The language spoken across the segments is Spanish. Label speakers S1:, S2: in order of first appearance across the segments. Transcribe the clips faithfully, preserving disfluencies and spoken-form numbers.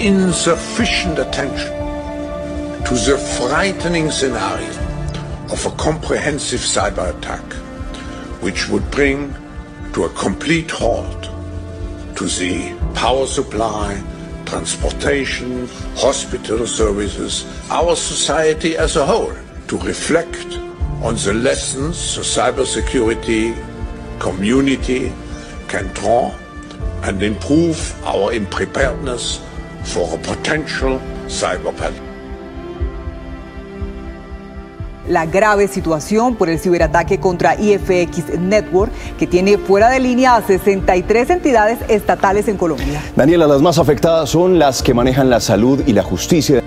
S1: insufficient attention to the frightening scenario of a comprehensive cyber attack, which would bring to a complete halt to the power supply, transportation, hospital services, our society as a whole, to reflect on the lessons the cybersecurity community can draw and improve our preparedness for a potential cyber pandemic.
S2: La grave situación por el ciberataque contra I F X Network, que tiene fuera de línea a sesenta y tres entidades estatales en Colombia.
S3: Daniela, las más afectadas son las que manejan la salud y la justicia.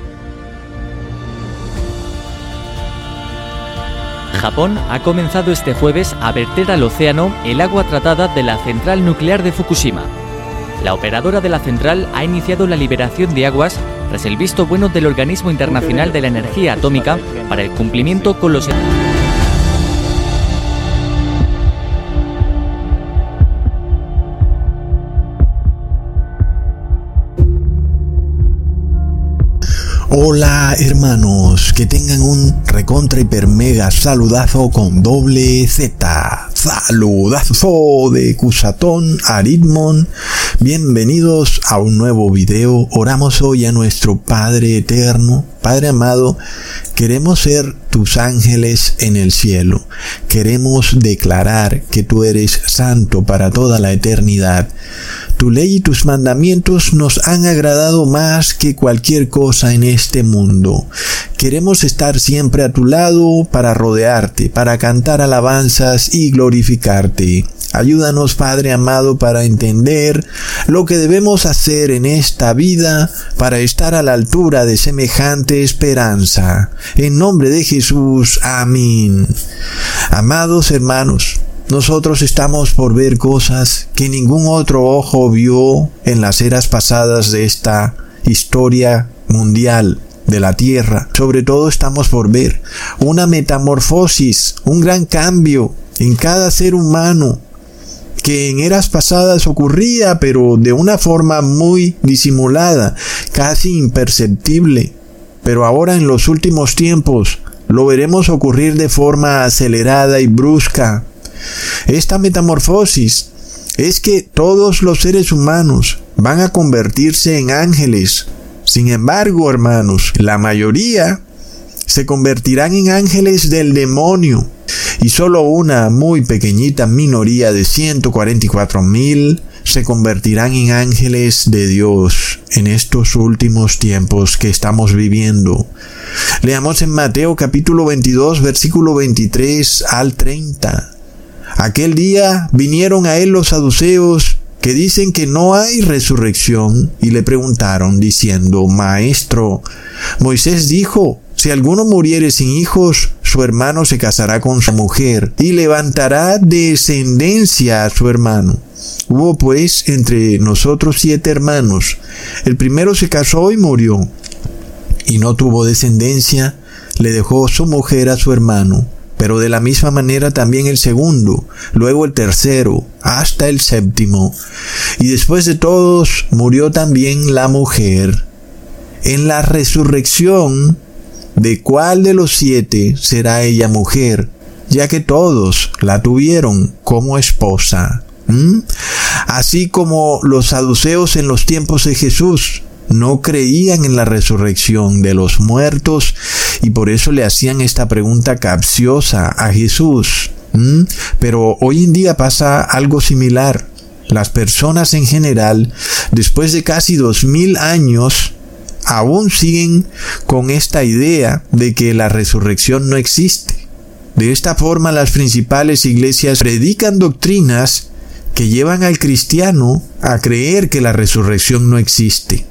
S4: Japón ha comenzado este jueves a verter al océano el agua tratada de la central nuclear de Fukushima. La operadora de la central ha iniciado la liberación de aguas tras el visto bueno del Organismo Internacional de la Energía Atómica para el cumplimiento con los...
S5: Hola hermanos, que tengan un recontra hiper mega saludazo con doble Z. Saludazo de Cusatón Aritmon. Bienvenidos a un nuevo video. Oramos hoy a nuestro Padre Eterno. Padre amado, queremos ser tus ángeles en el cielo. Queremos declarar que tú eres santo para toda la eternidad. Tu ley y tus mandamientos nos han agradado más que cualquier cosa en este mundo. Queremos estar siempre a tu lado para rodearte, para cantar alabanzas y glorificarte. Ayúdanos, Padre amado, para entender lo que debemos hacer en esta vida para estar a la altura de semejante esperanza. En nombre de Jesús, amén. Amados hermanos, nosotros estamos por ver cosas que ningún otro ojo vio en las eras pasadas de esta historia mundial de la Tierra. Sobre todo estamos por ver una metamorfosis, un gran cambio en cada ser humano, que en eras pasadas ocurría, pero de una forma muy disimulada, casi imperceptible. Pero ahora en los últimos tiempos lo veremos ocurrir de forma acelerada y brusca. Esta metamorfosis es que todos los seres humanos van a convertirse en ángeles. Sin embargo, hermanos, la mayoría se convertirán en ángeles del demonio, y solo una muy pequeñita minoría de ciento cuarenta y cuatro mil se convertirán en ángeles de Dios en estos últimos tiempos que estamos viviendo. Leamos en Mateo capítulo veintidós, versículo veintitrés al treinta. Aquel día vinieron a él los saduceos, que dicen que no hay resurrección, y le preguntaron diciendo: Maestro, Moisés dijo, si alguno muriere sin hijos, su hermano se casará con su mujer y levantará descendencia a su hermano. Hubo pues entre nosotros siete hermanos. El primero se casó y murió, y no tuvo descendencia, le dejó su mujer a su hermano. Pero de la misma manera también el segundo, luego el tercero, hasta el séptimo. Y después de todos murió también la mujer. En la resurrección, ¿de cuál de los siete será ella mujer? Ya que todos la tuvieron como esposa. ¿Mm? Así como los saduceos en los tiempos de Jesús no creían en la resurrección de los muertos, y por eso le hacían esta pregunta capciosa a Jesús. ¿Mm? Pero hoy en día pasa algo similar. Las personas en general, después de casi dos mil años, aún siguen con esta idea de que la resurrección no existe. De esta forma, las principales iglesias predican doctrinas que llevan al cristiano a creer que la resurrección no existe.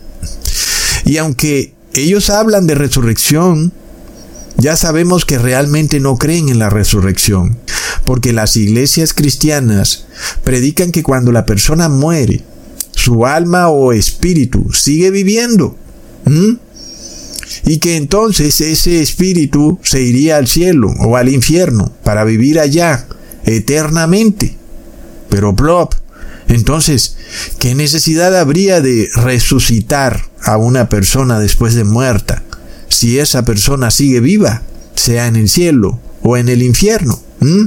S5: Y aunque ellos hablan de resurrección, ya sabemos que realmente no creen en la resurrección, porque las iglesias cristianas predican que cuando la persona muere, su alma o espíritu sigue viviendo. ¿Mm? Y que entonces ese espíritu se iría al cielo o al infierno para vivir allá eternamente. Pero plop, Entonces, ¿qué necesidad habría de resucitar a una persona después de muerta si esa persona sigue viva, sea en el cielo o en el infierno? ¿Mm?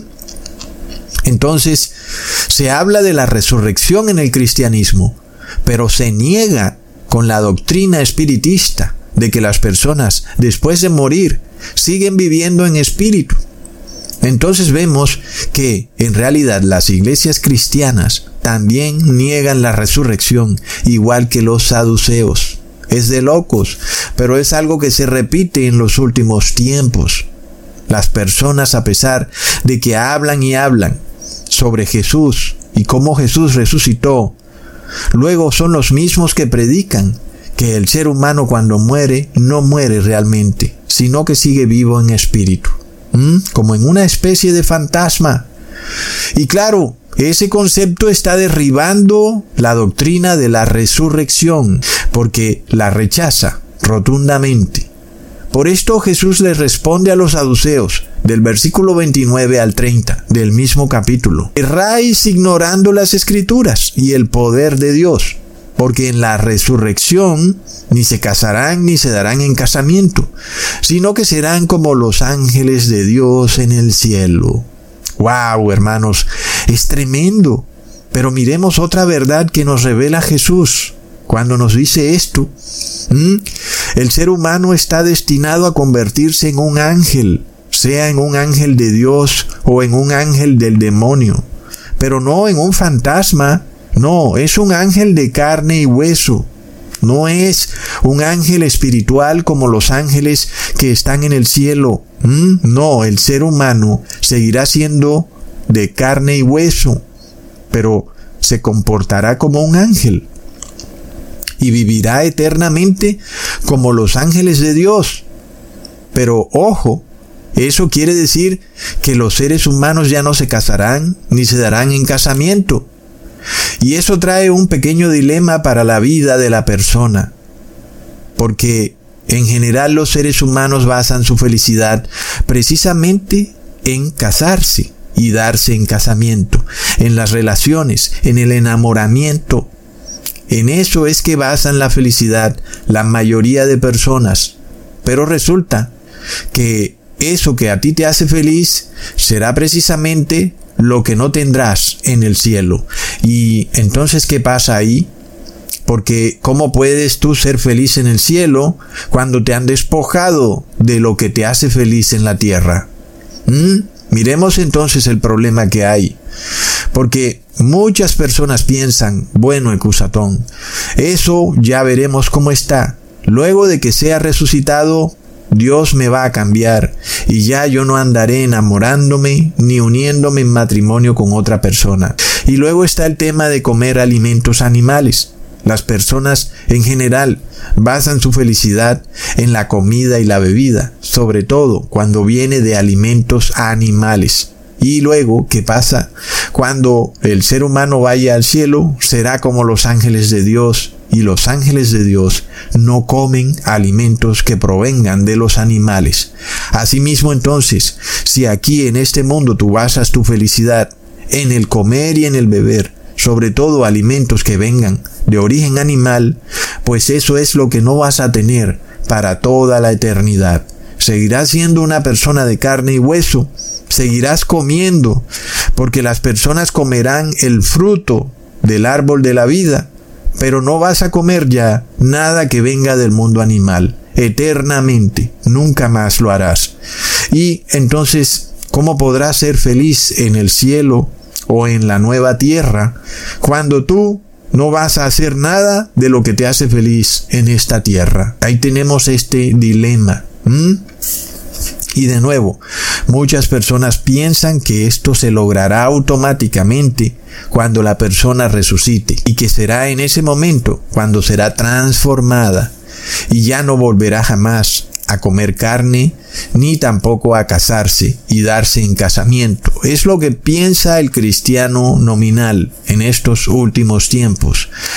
S5: Entonces, se habla de la resurrección en el cristianismo, pero se niega con la doctrina espiritista de que las personas, después de morir, siguen viviendo en espíritu. Entonces vemos que, en realidad, las iglesias cristianas también niegan la resurrección, igual que los saduceos. Es de locos, pero es algo que se repite en los últimos tiempos. Las personas, a pesar de que hablan y hablan sobre Jesús y cómo Jesús resucitó, luego son los mismos que predican que el ser humano cuando muere no muere realmente, sino que sigue vivo en espíritu, ¿Mm? como en una especie de fantasma. Y claro, ese concepto está derribando la doctrina de la resurrección, porque la rechaza rotundamente. Por esto Jesús les responde a los saduceos, del versículo veintinueve al treinta del mismo capítulo: erráis ignorando las Escrituras y el poder de Dios, porque en la resurrección ni se casarán ni se darán en casamiento, sino que serán como los ángeles de Dios en el cielo. ¡Wow, hermanos! Es tremendo. Pero miremos otra verdad que nos revela Jesús cuando nos dice esto. ¿Mm? El ser humano está destinado a convertirse en un ángel, sea en un ángel de Dios o en un ángel del demonio, pero no en un fantasma. No, es un ángel de carne y hueso. No es un ángel espiritual como los ángeles que están en el cielo. ¿Mm? No, el ser humano seguirá siendo de carne y hueso, pero se comportará como un ángel y vivirá eternamente como los ángeles de Dios. Pero ojo, eso quiere decir que los seres humanos ya no se casarán ni se darán en casamiento. Y eso trae un pequeño dilema para la vida de la persona, porque en general los seres humanos basan su felicidad precisamente en casarse y darse en casamiento, en las relaciones, en el enamoramiento. En eso es que basan la felicidad la mayoría de personas. Pero resulta que eso que a ti te hace feliz será precisamente lo que no tendrás en el cielo. Y entonces, ¿qué pasa ahí? Porque ¿cómo puedes tú ser feliz en el cielo cuando te han despojado de lo que te hace feliz en la tierra? ¿Mm? Miremos entonces el problema que hay. Porque muchas personas piensan, bueno, Ecusatón, eso ya veremos cómo está. Luego de que sea resucitado, Dios me va a cambiar y ya yo no andaré enamorándome ni uniéndome en matrimonio con otra persona. Y luego está el tema de comer alimentos animales. Las personas en general basan su felicidad en la comida y la bebida, sobre todo cuando viene de alimentos animales. Y luego, ¿qué pasa? Cuando el ser humano vaya al cielo, será como los ángeles de Dios. Y los ángeles de Dios no comen alimentos que provengan de los animales. Asimismo, entonces, si aquí en este mundo tú basas tu felicidad en el comer y en el beber, sobre todo alimentos que vengan de origen animal, pues eso es lo que no vas a tener para toda la eternidad. Seguirás siendo una persona de carne y hueso, seguirás comiendo, porque las personas comerán el fruto del árbol de la vida, pero no vas a comer ya nada que venga del mundo animal. Eternamente, nunca más lo harás. Y entonces, ¿cómo podrás ser feliz en el cielo o en la nueva tierra cuando tú no vas a hacer nada de lo que te hace feliz en esta tierra? Ahí tenemos este dilema. ¿Mm? Y de nuevo, muchas personas piensan que esto se logrará automáticamente cuando la persona resucite y que será en ese momento cuando será transformada y ya no volverá jamás a comer carne ni tampoco a casarse y darse en casamiento. Es lo que piensa el cristiano nominal en estos últimos tiempos.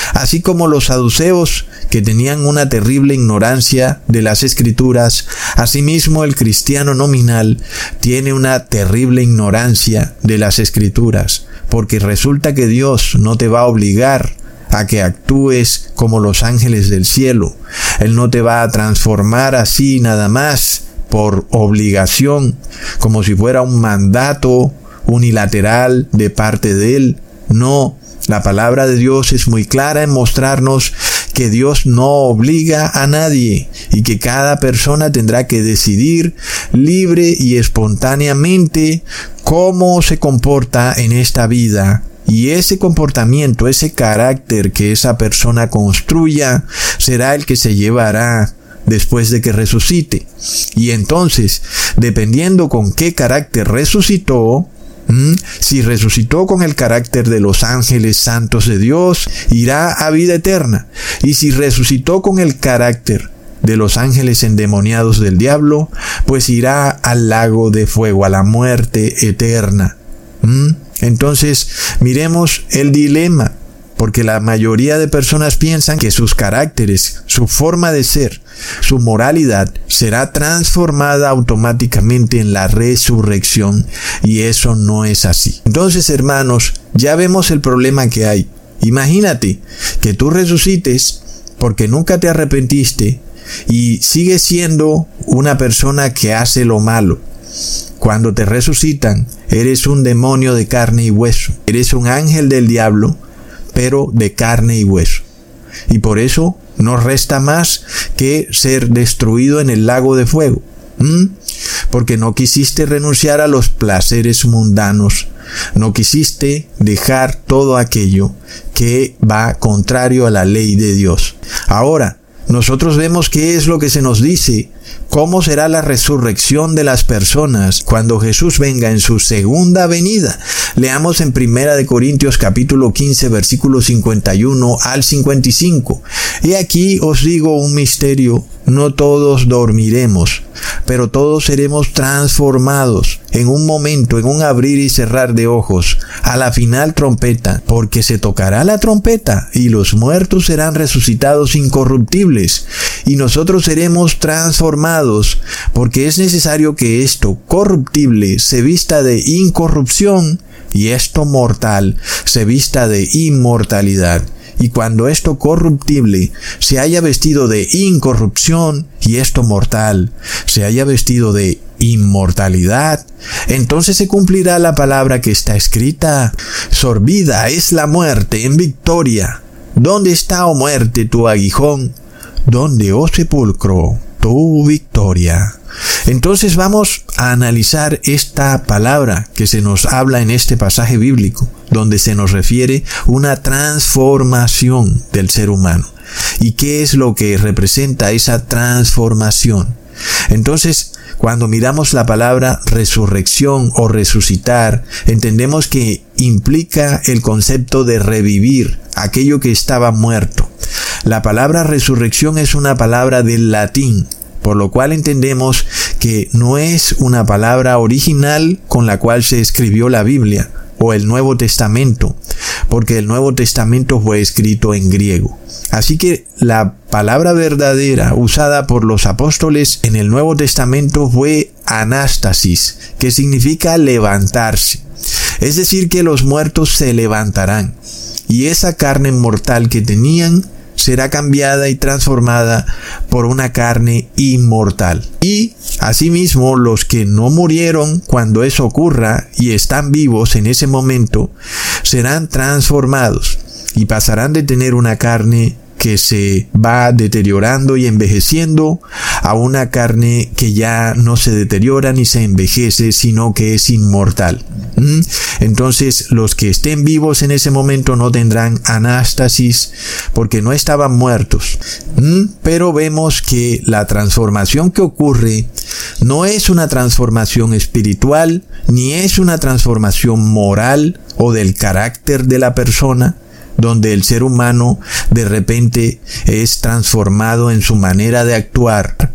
S5: Así como los saduceos, que tenían una terrible ignorancia de las Escrituras, asimismo el cristiano nominal tiene una terrible ignorancia de las Escrituras, porque resulta que Dios no te va a obligar a que actúes como los ángeles del cielo. Él no te va a transformar así nada más por obligación, como si fuera un mandato unilateral de parte de Él. No, la palabra de Dios es muy clara en mostrarnos que Dios no obliga a nadie y que cada persona tendrá que decidir libre y espontáneamente cómo se comporta en esta vida. Y ese comportamiento, ese carácter que esa persona construya, será el que se llevará después de que resucite. Y entonces, dependiendo con qué carácter resucitó, ¿Mm? si resucitó con el carácter de los ángeles santos de Dios, irá a vida eterna. Y si resucitó con el carácter de los ángeles endemoniados del diablo, pues irá al lago de fuego, a la muerte eterna. ¿Mm? Entonces, miremos el dilema, porque la mayoría de personas piensan que sus caracteres, su forma de ser, su moralidad será transformada automáticamente en la resurrección, y eso no es así. Entonces, hermanos, ya vemos el problema que hay. Imagínate que tú resucites porque nunca te arrepentiste y sigues siendo una persona que hace lo malo. Cuando te resucitan, eres un demonio de carne y hueso. Eres un ángel del diablo, pero de carne y hueso. Y por eso no resta más que ser destruido en el lago de fuego. ¿Mm? Porque no quisiste renunciar a los placeres mundanos. No quisiste dejar todo aquello que va contrario a la ley de Dios. Ahora, nosotros vemos qué es lo que se nos dice. ¿Cómo será la resurrección de las personas cuando Jesús venga en su segunda venida? Leamos en Primera de Corintios capítulo quince, versículos cincuenta y uno al cincuenta y cinco. Y aquí os digo un misterio: no todos dormiremos, pero todos seremos transformados en un momento, en un abrir y cerrar de ojos, a la final trompeta, porque se tocará la trompeta y los muertos serán resucitados incorruptibles, y nosotros seremos transformados, porque es necesario que esto corruptible se vista de incorrupción y esto mortal se vista de inmortalidad. Y cuando esto corruptible se haya vestido de incorrupción y esto mortal se haya vestido de inmortalidad, entonces se cumplirá la palabra que está escrita: sorbida es la muerte en victoria. ¿Dónde está, oh muerte, tu aguijón? ¿Dónde, oh sepulcro, tu victoria? Entonces vamos a analizar esta palabra que se nos habla en este pasaje bíblico, donde se nos refiere una transformación del ser humano. ¿Y qué es lo que representa esa transformación? Entonces, cuando miramos la palabra resurrección o resucitar, entendemos que implica el concepto de revivir aquello que estaba muerto. La palabra resurrección es una palabra del latín, por lo cual entendemos que no es una palabra original con la cual se escribió la Biblia o el Nuevo Testamento, porque el Nuevo Testamento fue escrito en griego. Así que la palabra verdadera usada por los apóstoles en el Nuevo Testamento fue anástasis, que significa levantarse. Es decir, que los muertos se levantarán, y esa carne mortal que tenían será cambiada y transformada por una carne inmortal. Y asimismo, los que no murieron cuando eso ocurra y están vivos en ese momento, serán transformados y pasarán de tener una carne que se va deteriorando y envejeciendo a una carne que ya no se deteriora ni se envejece, sino que es inmortal. ¿Mm? Entonces, los que estén vivos en ese momento no tendrán anástasis porque no estaban muertos. ¿Mm? Pero vemos que la transformación que ocurre no es una transformación espiritual, ni es una transformación moral o del carácter de la persona, donde el ser humano de repente es transformado en su manera de actuar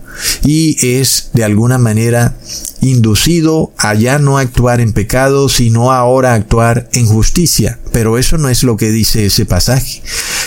S5: y es de alguna manera inducido a ya no actuar en pecado, sino ahora actuar en justicia. Pero eso no es lo que dice ese pasaje.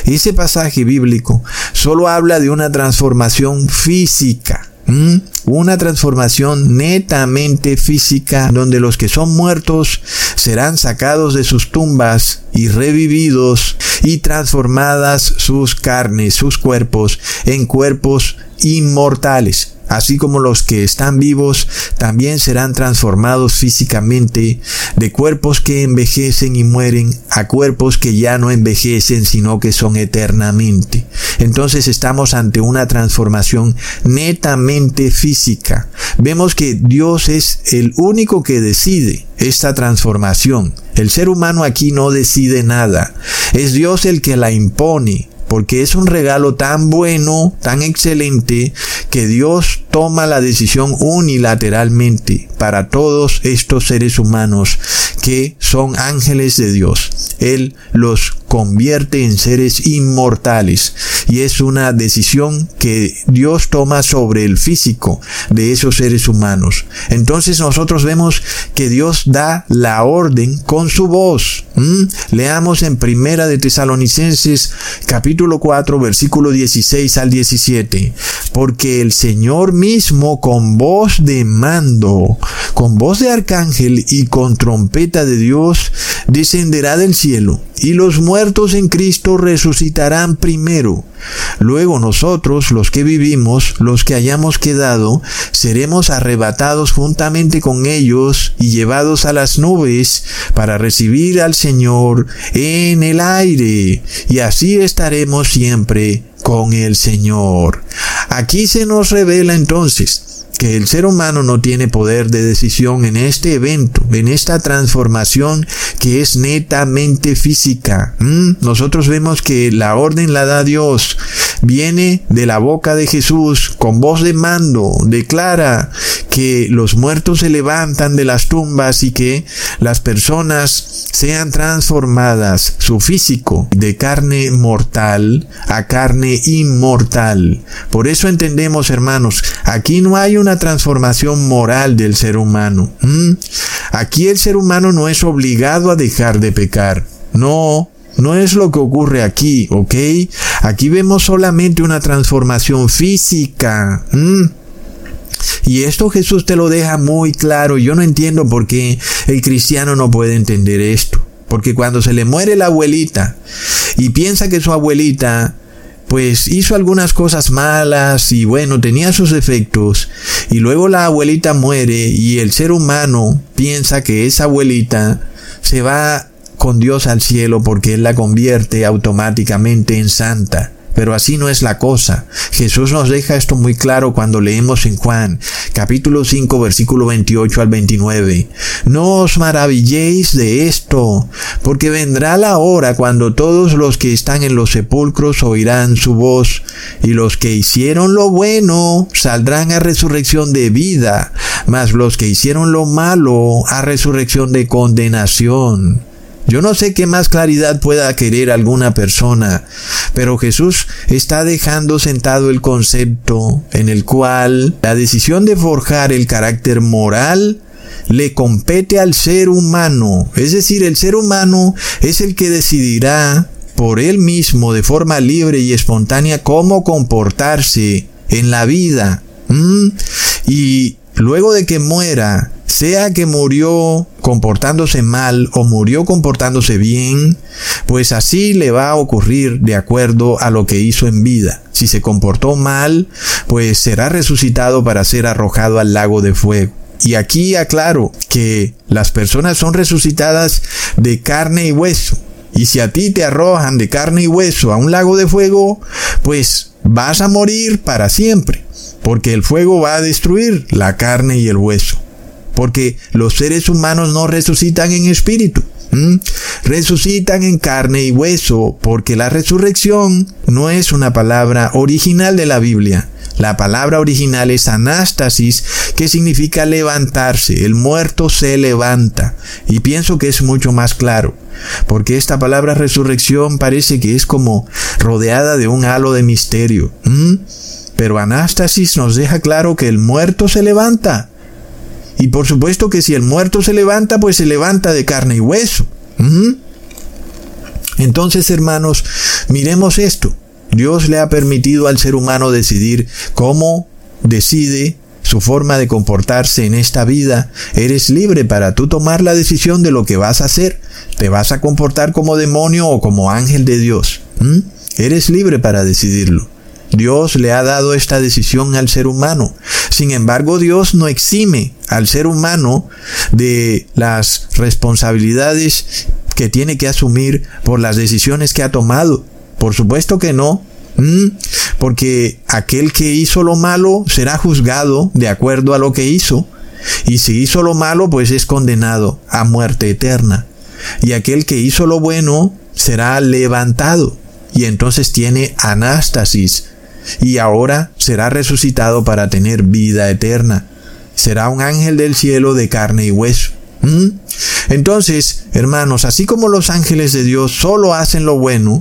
S5: ese pasaje bíblico solo habla de una transformación física. ¿Mm? Una transformación netamente física, donde los que son muertos serán sacados de sus tumbas y revividos, y transformadas sus carnes, sus cuerpos, en cuerpos inmortales. Así como los que están vivos también serán transformados físicamente, de cuerpos que envejecen y mueren a cuerpos que ya no envejecen, sino que son eternamente. Entonces estamos ante una transformación netamente física. Vemos que Dios es el único que decide esta transformación. El ser humano aquí no decide nada. Es Dios el que la impone, porque es un regalo tan bueno, tan excelente, que Dios toma la decisión unilateralmente para todos estos seres humanos que son ángeles de Dios. Él los convierte en seres inmortales, y es una decisión que Dios toma sobre el físico de esos seres humanos. Entonces nosotros vemos que Dios da la orden con su voz. ¿Mm? Leamos en Primera de Tesalonicenses capítulo cuatro, versículo dieciséis al diecisiete. Porque el Señor mismo, con voz de mando, con voz de arcángel y con trompeta de Dios, descenderá del cielo, y los muertos en Cristo resucitarán primero. Luego nosotros, los que vivimos, los que hayamos quedado, seremos arrebatados juntamente con ellos y llevados a las nubes para recibir al Señor en el aire, y así estaremos siempre con el Señor. Aquí se nos revela entonces que el ser humano no tiene poder de decisión en este evento, en esta transformación que es netamente física. ¿Mm? Nosotros vemos que la orden la da Dios, viene de la boca de Jesús, con voz de mando, declara que los muertos se levantan de las tumbas y que las personas sean transformadas, su físico, de carne mortal a carne inmortal. Por eso entendemos, hermanos, aquí no hay una transformación moral del ser humano. ¿Mm? Aquí el ser humano no es obligado a dejar de pecar. No, no es lo que ocurre aquí, ¿ok? Aquí vemos solamente una transformación física. ¿Mm? Y esto Jesús te lo deja muy claro. Yo no entiendo por qué el cristiano no puede entender esto. Porque cuando se le muere la abuelita y piensa que su abuelita pues hizo algunas cosas malas y bueno, tenía sus defectos, y luego la abuelita muere y el ser humano piensa que esa abuelita se va con Dios al cielo porque Él la convierte automáticamente en santa. Pero así no es la cosa. Jesús nos deja esto muy claro cuando leemos en Juan, capítulo cinco, versículo veintiocho al veintinueve. No os maravilléis de esto, porque vendrá la hora cuando todos los que están en los sepulcros oirán su voz, y los que hicieron lo bueno saldrán a resurrección de vida, mas los que hicieron lo malo a resurrección de condenación. Yo no sé qué más claridad pueda querer alguna persona, pero Jesús está dejando sentado el concepto en el cual la decisión de forjar el carácter moral le compete al ser humano. Es decir, el ser humano es el que decidirá por él mismo de forma libre y espontánea cómo comportarse en la vida. ¿Mm? Y luego de que muera, sea que murió comportándose mal o murió comportándose bien, pues así le va a ocurrir de acuerdo a lo que hizo en vida. Si se comportó mal, pues será resucitado para ser arrojado al lago de fuego. Y aquí aclaro que las personas son resucitadas de carne y hueso. Y si a ti te arrojan de carne y hueso a un lago de fuego, pues vas a morir para siempre, porque el fuego va a destruir la carne y el hueso. Porque los seres humanos no resucitan en espíritu, ¿Mm? resucitan en carne y hueso, porque la resurrección no es una palabra original de la Biblia. La palabra original es anástasis, que significa levantarse. El muerto se levanta. Y pienso que es mucho más claro, porque esta palabra resurrección parece que es como rodeada de un halo de misterio. ¿Mm? Pero anástasis nos deja claro que el muerto se levanta. Y por supuesto que si el muerto se levanta, pues se levanta de carne y hueso. ¿Mm? Entonces, hermanos, miremos esto. Dios le ha permitido al ser humano decidir cómo decide su forma de comportarse en esta vida. Eres libre para tú tomar la decisión de lo que vas a hacer. ¿Te vas a comportar como demonio o como ángel de Dios? ¿Mm? Eres libre para decidirlo. Dios le ha dado esta decisión al ser humano. Sin embargo, Dios no exime al ser humano de las responsabilidades que tiene que asumir por las decisiones que ha tomado. Por supuesto que no. ¿Mm? Porque aquel que hizo lo malo será juzgado de acuerdo a lo que hizo. Y si hizo lo malo, pues es condenado a muerte eterna. Y aquel que hizo lo bueno será levantado. Y entonces tiene anástasis. Y ahora será resucitado para tener vida eterna. Será un ángel del cielo de carne y hueso. ¿Mm? Entonces, hermanos, así como los ángeles de Dios solo hacen lo bueno,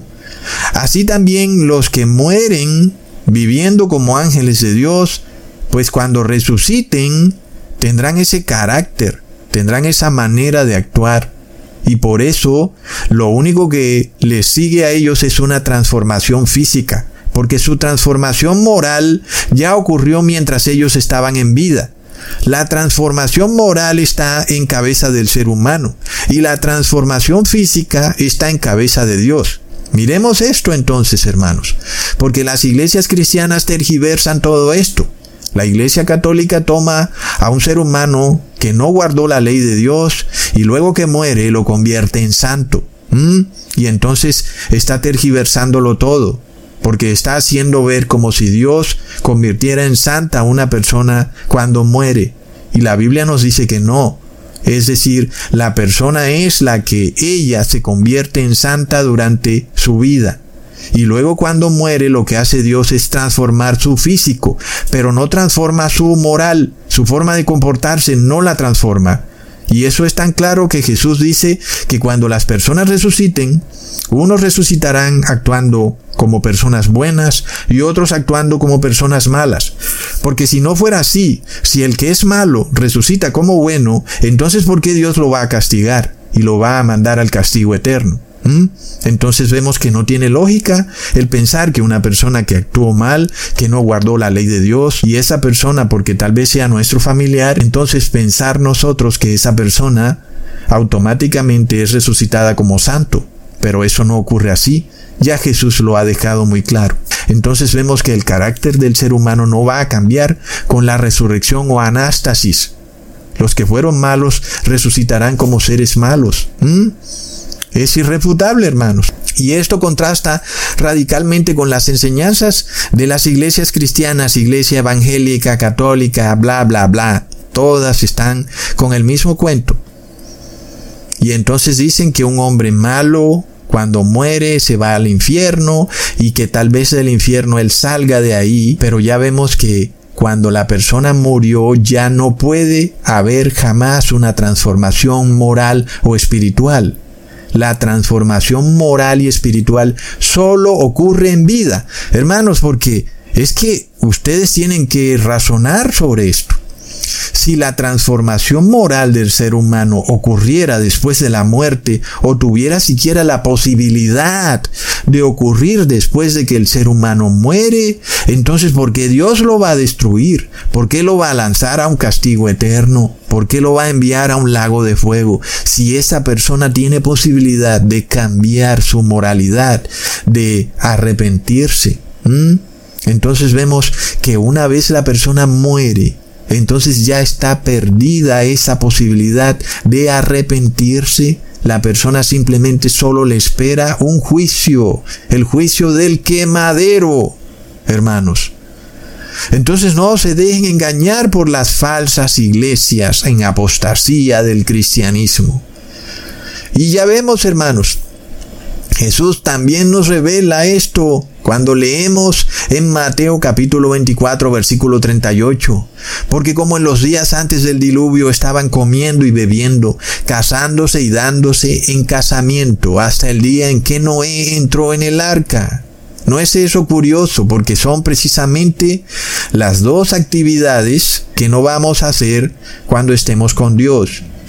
S5: así también los que mueren viviendo como ángeles de Dios, pues cuando resuciten tendrán ese carácter, tendrán esa manera de actuar. Y por eso lo único que les sigue a ellos es una transformación física, porque su transformación moral ya ocurrió mientras ellos estaban en vida. La transformación moral está en cabeza del ser humano y la transformación física está en cabeza de Dios. Miremos esto entonces, hermanos, porque las iglesias cristianas tergiversan todo esto. La Iglesia Católica toma a un ser humano que no guardó la ley de Dios y luego que muere lo convierte en santo. ¿Mm? Y entonces está tergiversándolo todo, porque está haciendo ver como si Dios convirtiera en santa a una persona cuando muere. Y la Biblia nos dice que no. Es decir, la persona es la que ella se convierte en santa durante su vida. Y luego cuando muere lo que hace Dios es transformar su físico, pero no transforma su moral, su forma de comportarse no la transforma. Y eso es tan claro que Jesús dice que cuando las personas resuciten, unos resucitarán actuando como personas buenas y otros actuando como personas malas. Porque si no fuera así, si el que es malo resucita como bueno, entonces ¿por qué Dios lo va a castigar y lo va a mandar al castigo eterno? ¿Mm? Entonces vemos que no tiene lógica el pensar que una persona que actuó mal, que no guardó la ley de Dios, y esa persona, porque tal vez sea nuestro familiar, entonces pensar nosotros que esa persona automáticamente es resucitada como santo. Pero eso no ocurre así. Ya Jesús lo ha dejado muy claro. Entonces vemos que el carácter del ser humano no va a cambiar con la resurrección o anástasis. Los que fueron malos resucitarán como seres malos. ¿Mm? Es irrefutable, hermanos. Y esto contrasta radicalmente con las enseñanzas de las iglesias cristianas, iglesia evangélica, católica, bla, bla, bla. Todas están con el mismo cuento. Y entonces dicen que un hombre malo, cuando muere, se va al infierno y que tal vez del infierno él salga de ahí, pero ya vemos que cuando la persona murió ya no puede haber jamás una transformación moral o espiritual. La transformación moral y espiritual solo ocurre en vida. Hermanos, porque es que ustedes tienen que razonar sobre esto. Si la transformación moral del ser humano ocurriera después de la muerte o tuviera siquiera la posibilidad de ocurrir después de que el ser humano muere, entonces ¿por qué Dios lo va a destruir? ¿Por qué lo va a lanzar a un castigo eterno? ¿Por qué lo va a enviar a un lago de fuego? Si esa persona tiene posibilidad de cambiar su moralidad, de arrepentirse. ¿Mm? Entonces vemos que una vez la persona muere, entonces ya está perdida esa posibilidad de arrepentirse. La persona simplemente solo le espera un juicio, el juicio del quemadero, hermanos. Entonces no se dejen engañar por las falsas iglesias en apostasía del cristianismo. Y ya vemos, hermanos, Jesús también nos revela esto cuando leemos en Mateo capítulo veinticuatro versículo treinta y ocho. Porque como en los días antes del diluvio estaban comiendo y bebiendo, casándose y dándose en casamiento hasta el día en que Noé entró en el arca. ¿No es eso curioso? Porque son precisamente las dos actividades que no vamos a hacer cuando estemos con Dios.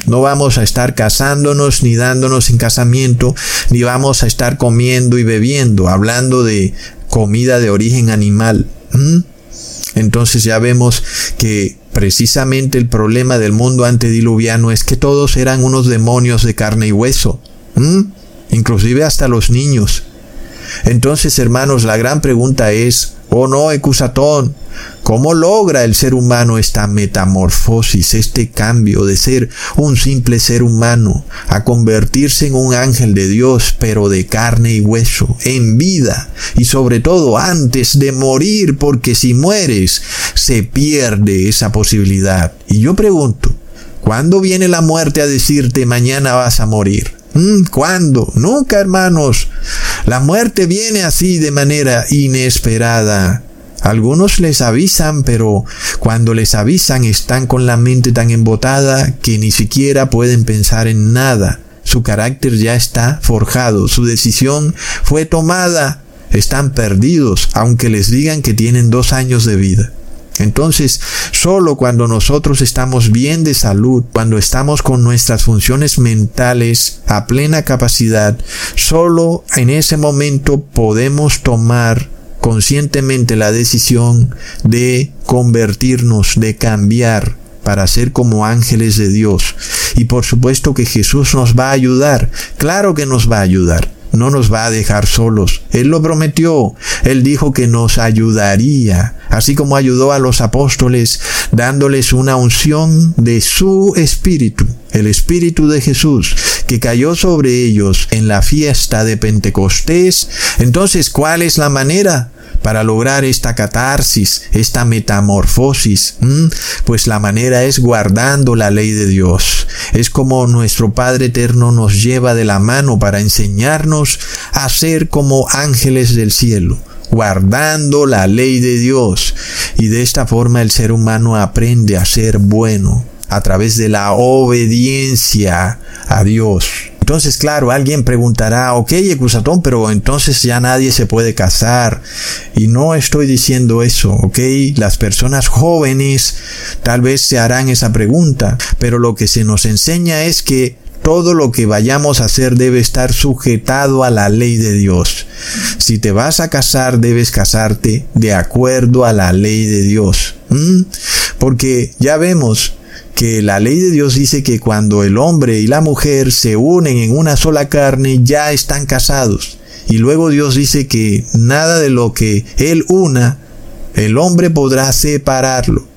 S5: No vamos a estar casándonos ni dándonos en casamiento, ni vamos a estar comiendo y bebiendo, hablando de comida de origen animal. ¿Mm? Entonces ya vemos que precisamente el problema del mundo antediluviano es que todos eran unos demonios de carne y hueso, ¿Mm? inclusive hasta los niños. Entonces, hermanos, la gran pregunta es, oh no, Ecusatón, ¿cómo logra el ser humano esta metamorfosis, este cambio de ser un simple ser humano a convertirse en un ángel de Dios, pero de carne y hueso, en vida y sobre todo antes de morir? Porque si mueres, se pierde esa posibilidad. Y yo pregunto, ¿cuándo viene la muerte a decirte mañana vas a morir? ¿Cuándo? Nunca, hermanos. La muerte viene así de manera inesperada. Algunos les avisan, pero cuando les avisan están con la mente tan embotada que ni siquiera pueden pensar en nada. Su carácter ya está forjado, su decisión fue tomada. Están perdidos, aunque les digan que tienen dos años de vida. Entonces, solo cuando nosotros estamos bien de salud, cuando estamos con nuestras funciones mentales a plena capacidad, solo en ese momento podemos tomar conscientemente la decisión de convertirnos, de cambiar para ser como ángeles de Dios. Y por supuesto que Jesús nos va a ayudar. Claro que nos va a ayudar. No nos va a dejar solos. Él lo prometió. Él dijo que nos ayudaría, así como ayudó a los apóstoles, dándoles una unción de su Espíritu, el Espíritu de Jesús, que cayó sobre ellos en la fiesta de Pentecostés. Entonces, ¿cuál es la manera para lograr esta catarsis, esta metamorfosis? ¿Mm? Pues la manera es guardando la ley de Dios. Es como nuestro Padre Eterno nos lleva de la mano para enseñarnos a ser como ángeles del cielo, guardando la ley de Dios. Y de esta forma el ser humano aprende a ser bueno a través de la obediencia a Dios. Entonces, claro, alguien preguntará, ok, Ecusatón, pero entonces ya nadie se puede casar. Y no estoy diciendo eso, ok. Las personas jóvenes tal vez se harán esa pregunta, pero lo que se nos enseña es que todo lo que vayamos a hacer debe estar sujetado a la ley de Dios. Si te vas a casar, debes casarte de acuerdo a la ley de Dios. ¿Mm? Porque ya vemos que la ley de Dios dice que cuando el hombre y la mujer se unen en una sola carne, ya están casados. Y luego Dios dice que nada de lo que Él una, el hombre podrá separarlo.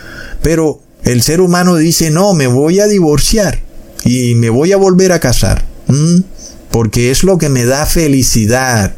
S5: Pero el ser humano dice, no, me voy a divorciar y me voy a volver a casar, ¿Mm? porque es lo que me da felicidad.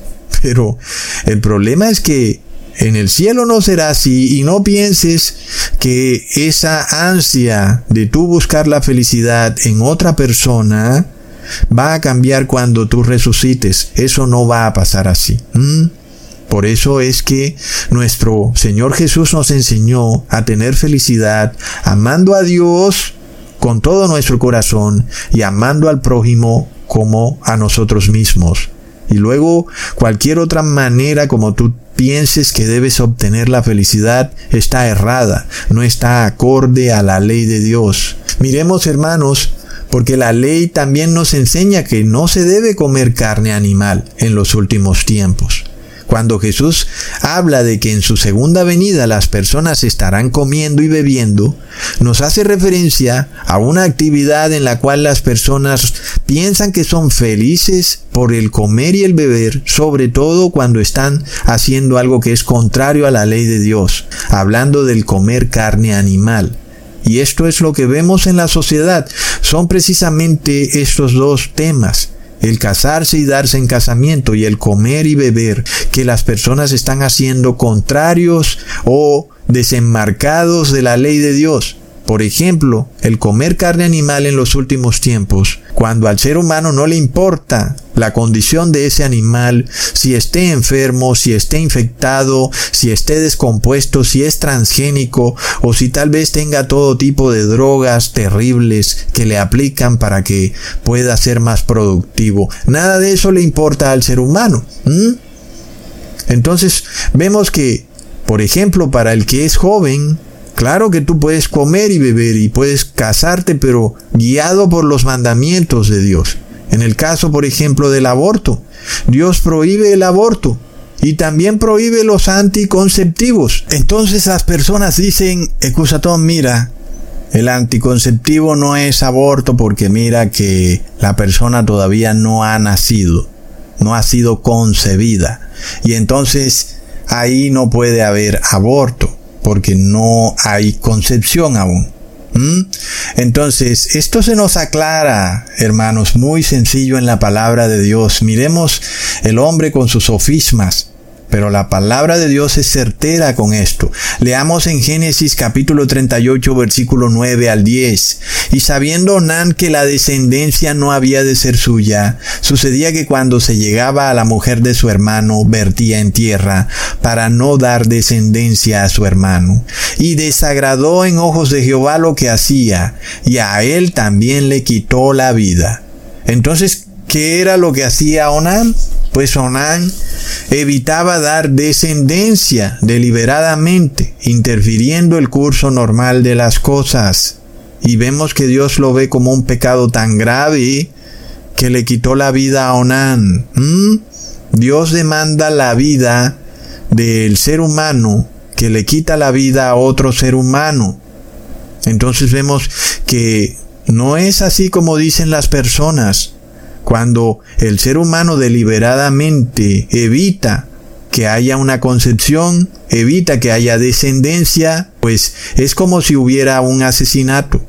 S5: Pero el problema es que en el cielo no será así, y no pienses que esa ansia de tú buscar la felicidad en otra persona va a cambiar cuando tú resucites. Eso no va a pasar así. ¿Mm? Por eso es que nuestro Señor Jesús nos enseñó a tener felicidad amando a Dios con todo nuestro corazón y amando al prójimo como a nosotros mismos. Y luego cualquier otra manera como tú pienses que debes obtener la felicidad está errada, no está acorde a la ley de Dios. Miremos, hermanos, porque la ley también nos enseña que no se debe comer carne animal en los últimos tiempos. Cuando Jesús habla de que en su segunda venida las personas estarán comiendo y bebiendo, nos hace referencia a una actividad en la cual las personas piensan que son felices por el comer y el beber, sobre todo cuando están haciendo algo que es contrario a la ley de Dios, hablando del comer carne animal. Y esto es lo que vemos en la sociedad. Son precisamente estos dos temas: el casarse y darse en casamiento y el comer y beber, que las personas están haciendo contrarios o desenmarcados de la ley de Dios. Por ejemplo, el comer carne animal en los últimos tiempos, cuando al ser humano no le importa la condición de ese animal, si esté enfermo, si esté infectado, si esté descompuesto, si es transgénico o si tal vez tenga todo tipo de drogas terribles que le aplican para que pueda ser más productivo. Nada de eso le importa al ser humano. ¿Mm? Entonces, vemos que, por ejemplo, para el que es joven, Claro que tú puedes comer y beber y puedes casarte, pero guiado por los mandamientos de Dios. En el caso, por ejemplo, del aborto, Dios prohíbe el aborto y también prohíbe los anticonceptivos. Entonces las personas dicen, Ecusatón, mira, el anticonceptivo no es aborto porque mira que la persona todavía no ha nacido, no ha sido concebida. Y entonces ahí no puede haber aborto porque no hay concepción aún. ¿Mm? Entonces, esto se nos aclara, hermanos, muy sencillo en la palabra de Dios. Miremos el hombre con sus sofismas, pero la palabra de Dios es certera con esto. Leamos en Génesis capítulo treinta y ocho, versículo nueve al diez. Y sabiendo Onán que la descendencia no había de ser suya, sucedía que cuando se llegaba a la mujer de su hermano, vertía en tierra, para no dar descendencia a su hermano. Y desagradó en ojos de Jehová lo que hacía, y a él también le quitó la vida. Entonces, ¿qué era lo que hacía Onán? Pues Onán evitaba dar descendencia deliberadamente, interfiriendo el curso normal de las cosas. Y vemos que Dios lo ve como un pecado tan grave que le quitó la vida a Onán. ¿Mm? Dios demanda la vida del ser humano que le quita la vida a otro ser humano. Entonces vemos que no es así como dicen las personas. Cuando el ser humano deliberadamente evita que haya una concepción, evita que haya descendencia, pues es como si hubiera un asesinato.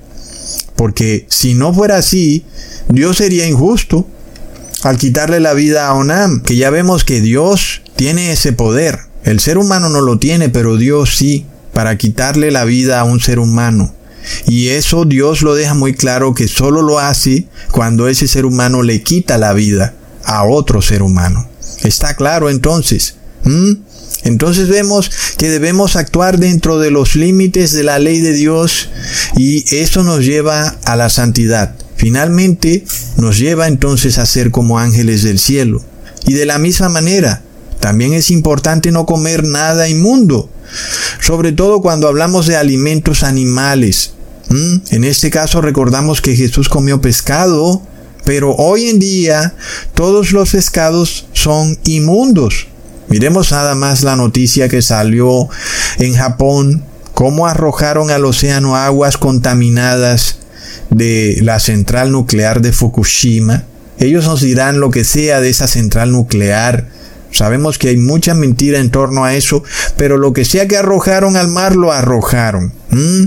S5: Porque si no fuera así, Dios sería injusto al quitarle la vida a Onán, que ya vemos que Dios tiene ese poder. El ser humano no lo tiene, pero Dios sí, para quitarle la vida a un ser humano. Y eso Dios lo deja muy claro que solo lo hace cuando ese ser humano le quita la vida a otro ser humano. ¿Está claro entonces? ¿Mm? Entonces vemos que debemos actuar dentro de los límites de la ley de Dios y eso nos lleva a la santidad. Finalmente nos lleva entonces a ser como ángeles del cielo. Y de la misma manera, también es importante no comer nada inmundo. Sobre todo cuando hablamos de alimentos animales. ¿Mm? En este caso recordamos que Jesús comió pescado, pero hoy en día todos los pescados son inmundos. Miremos nada más la noticia que salió en Japón, cómo arrojaron al océano aguas contaminadas de la central nuclear de Fukushima. Ellos nos dirán lo que sea de esa central nuclear. Sabemos que hay mucha mentira en torno a eso, pero lo que sea que arrojaron al mar, lo arrojaron. ¿Mm?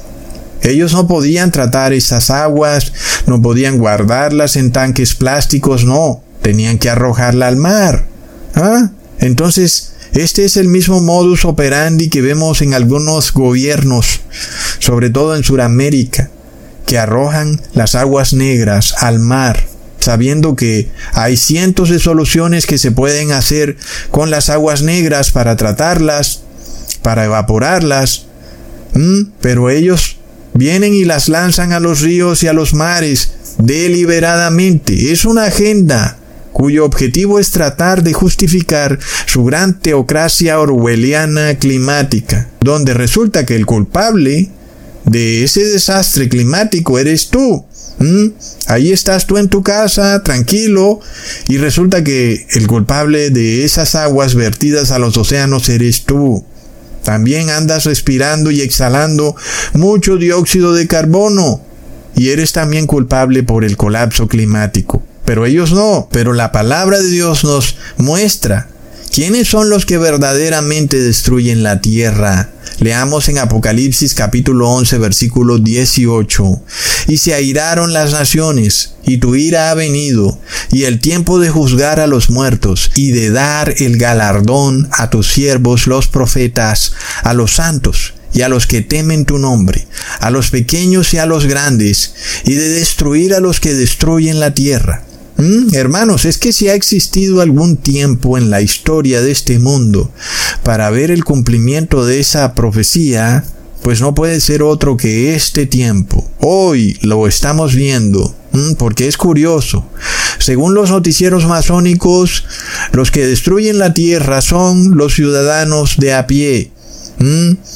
S5: Ellos no podían tratar esas aguas, no podían guardarlas en tanques plásticos, no, tenían que arrojarla al mar. ¿Ah? Entonces, este es el mismo modus operandi que vemos en algunos gobiernos, sobre todo en Sudamérica, que arrojan las aguas negras al mar, sabiendo que hay cientos de soluciones que se pueden hacer con las aguas negras para tratarlas, para evaporarlas, ¿Mm? pero ellos vienen y las lanzan a los ríos y a los mares deliberadamente. Es una agenda cuyo objetivo es tratar de justificar su gran teocracia orwelliana climática, donde resulta que el culpable de ese desastre climático eres tú. ¿Mm? Ahí estás tú en tu casa, tranquilo, y resulta que el culpable de esas aguas vertidas a los océanos eres tú. También andas respirando y exhalando mucho dióxido de carbono, y eres también culpable por el colapso climático. Pero ellos no, pero la palabra de Dios nos muestra quiénes son los que verdaderamente destruyen la tierra. Leamos en Apocalipsis capítulo once, versículo dieciocho. Y se airaron las naciones, y tu ira ha venido, y el tiempo de juzgar a los muertos, y de dar el galardón a tus siervos los profetas, a los santos, y a los que temen tu nombre, a los pequeños y a los grandes, y de destruir a los que destruyen la tierra. ¿Mm? Hermanos, es que si ha existido algún tiempo en la historia de este mundo para ver el cumplimiento de esa profecía, pues no puede ser otro que este tiempo. Hoy lo estamos viendo, ¿Mm? porque es curioso. Según los noticieros masónicos, los que destruyen la tierra son los ciudadanos de a pie. ¿Mm?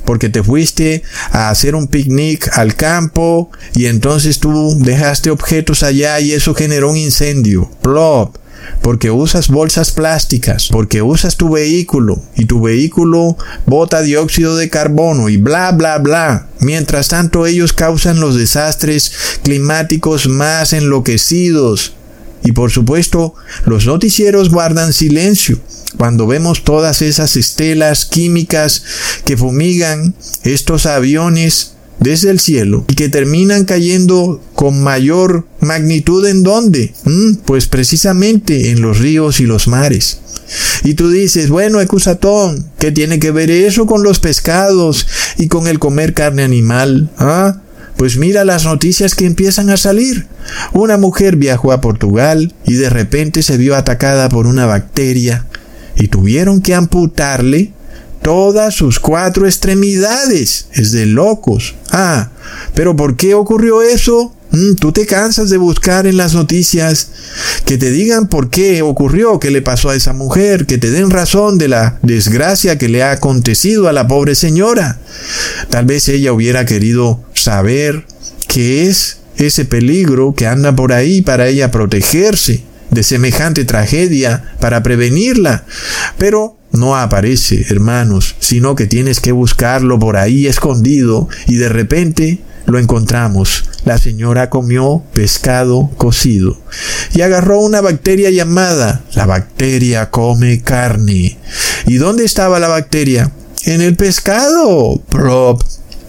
S5: porque te fuiste a hacer un picnic al campo y entonces tú dejaste objetos allá y eso generó un incendio. Plop. Porque usas bolsas plásticas, porque usas tu vehículo y tu vehículo bota dióxido de carbono y bla bla bla. Mientras tanto ellos causan los desastres climáticos más enloquecidos. Y por supuesto, los noticieros guardan silencio cuando vemos todas esas estelas químicas que fumigan estos aviones desde el cielo y que terminan cayendo con mayor magnitud. ¿En dónde? Mm, pues precisamente en los ríos y los mares. Y tú dices, bueno, Ecusatón, ¿qué tiene que ver eso con los pescados y con el comer carne animal? ¿Ah? Pues mira las noticias que empiezan a salir. Una mujer viajó a Portugal y de repente se vio atacada por una bacteria y tuvieron que amputarle todas sus cuatro extremidades. Es de locos. Ah, pero ¿por qué ocurrió eso? Mm, tú te cansas de buscar en las noticias que te digan por qué ocurrió, qué le pasó a esa mujer, que te den razón de la desgracia que le ha acontecido a la pobre señora. Tal vez ella hubiera querido saber qué es ese peligro que anda por ahí para ella protegerse de semejante tragedia, para prevenirla. Pero no aparece, hermanos, sino que tienes que buscarlo por ahí escondido y de repente lo encontramos. La señora comió pescado cocido y agarró una bacteria llamada la bacteria come carne. ¿Y dónde estaba la bacteria? En el pescado. Prop.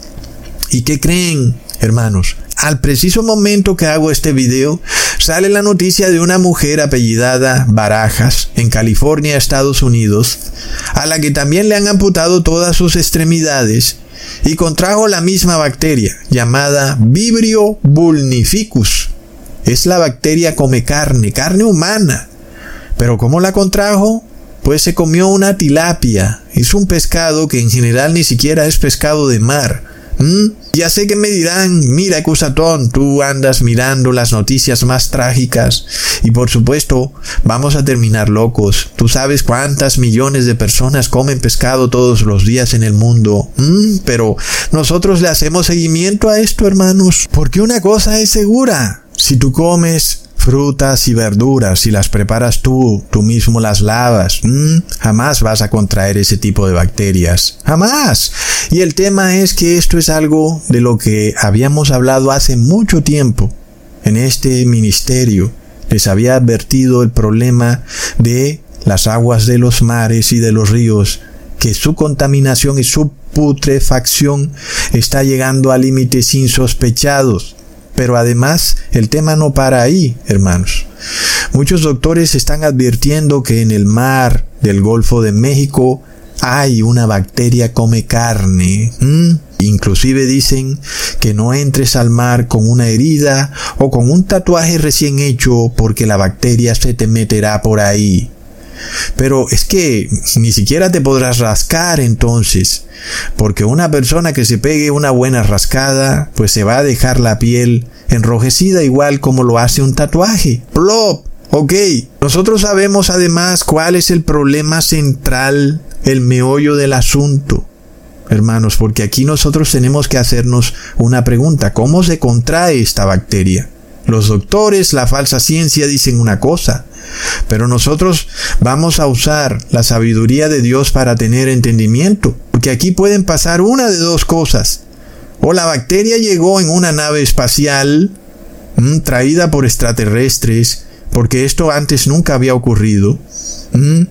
S5: ¿Y qué creen, hermanos? Al preciso momento que hago este video, sale la noticia de una mujer apellidada Barajas, en California, Estados Unidos, a la que también le han amputado todas sus extremidades y contrajo la misma bacteria, llamada Vibrio vulnificus. Es la bacteria come carne, carne humana. ¿Pero cómo la contrajo? Pues se comió una tilapia. Es un pescado que en general ni siquiera es pescado de mar. ¿Mm? Ya sé que me dirán, mira Ecusatón, tú andas mirando las noticias más trágicas y por supuesto vamos a terminar locos. Tú sabes cuántas millones de personas comen pescado todos los días en el mundo. ¿Mm? Pero nosotros le hacemos seguimiento a esto, hermanos, porque una cosa es segura: si tú comes frutas y verduras, si las preparas tú, tú mismo las lavas, ¿Mm? jamás vas a contraer ese tipo de bacterias. ¡Jamás! Y el tema es que esto es algo de lo que habíamos hablado hace mucho tiempo en este ministerio. Les había advertido el problema de las aguas de los mares y de los ríos, que su contaminación y su putrefacción está llegando a límites insospechados. Pero además, el tema no para ahí, hermanos. Muchos doctores están advirtiendo que en el mar del Golfo de México hay una bacteria come carne. ¿Mm? Inclusive dicen que no entres al mar con una herida o con un tatuaje recién hecho porque la bacteria se te meterá por ahí. Pero es que ni siquiera te podrás rascar entonces, porque una persona que se pegue una buena rascada, pues se va a dejar la piel enrojecida igual como lo hace un tatuaje. Plop. Ok, nosotros sabemos además cuál es el problema central, el meollo del asunto, hermanos, porque aquí nosotros tenemos que hacernos una pregunta: ¿cómo se contrae esta bacteria? Los doctores, la falsa ciencia dicen una cosa, pero nosotros vamos a usar la sabiduría de Dios para tener entendimiento, porque aquí pueden pasar una de dos cosas: o la bacteria llegó en una nave espacial mmm, traída por extraterrestres, porque esto antes nunca había ocurrido, mmm,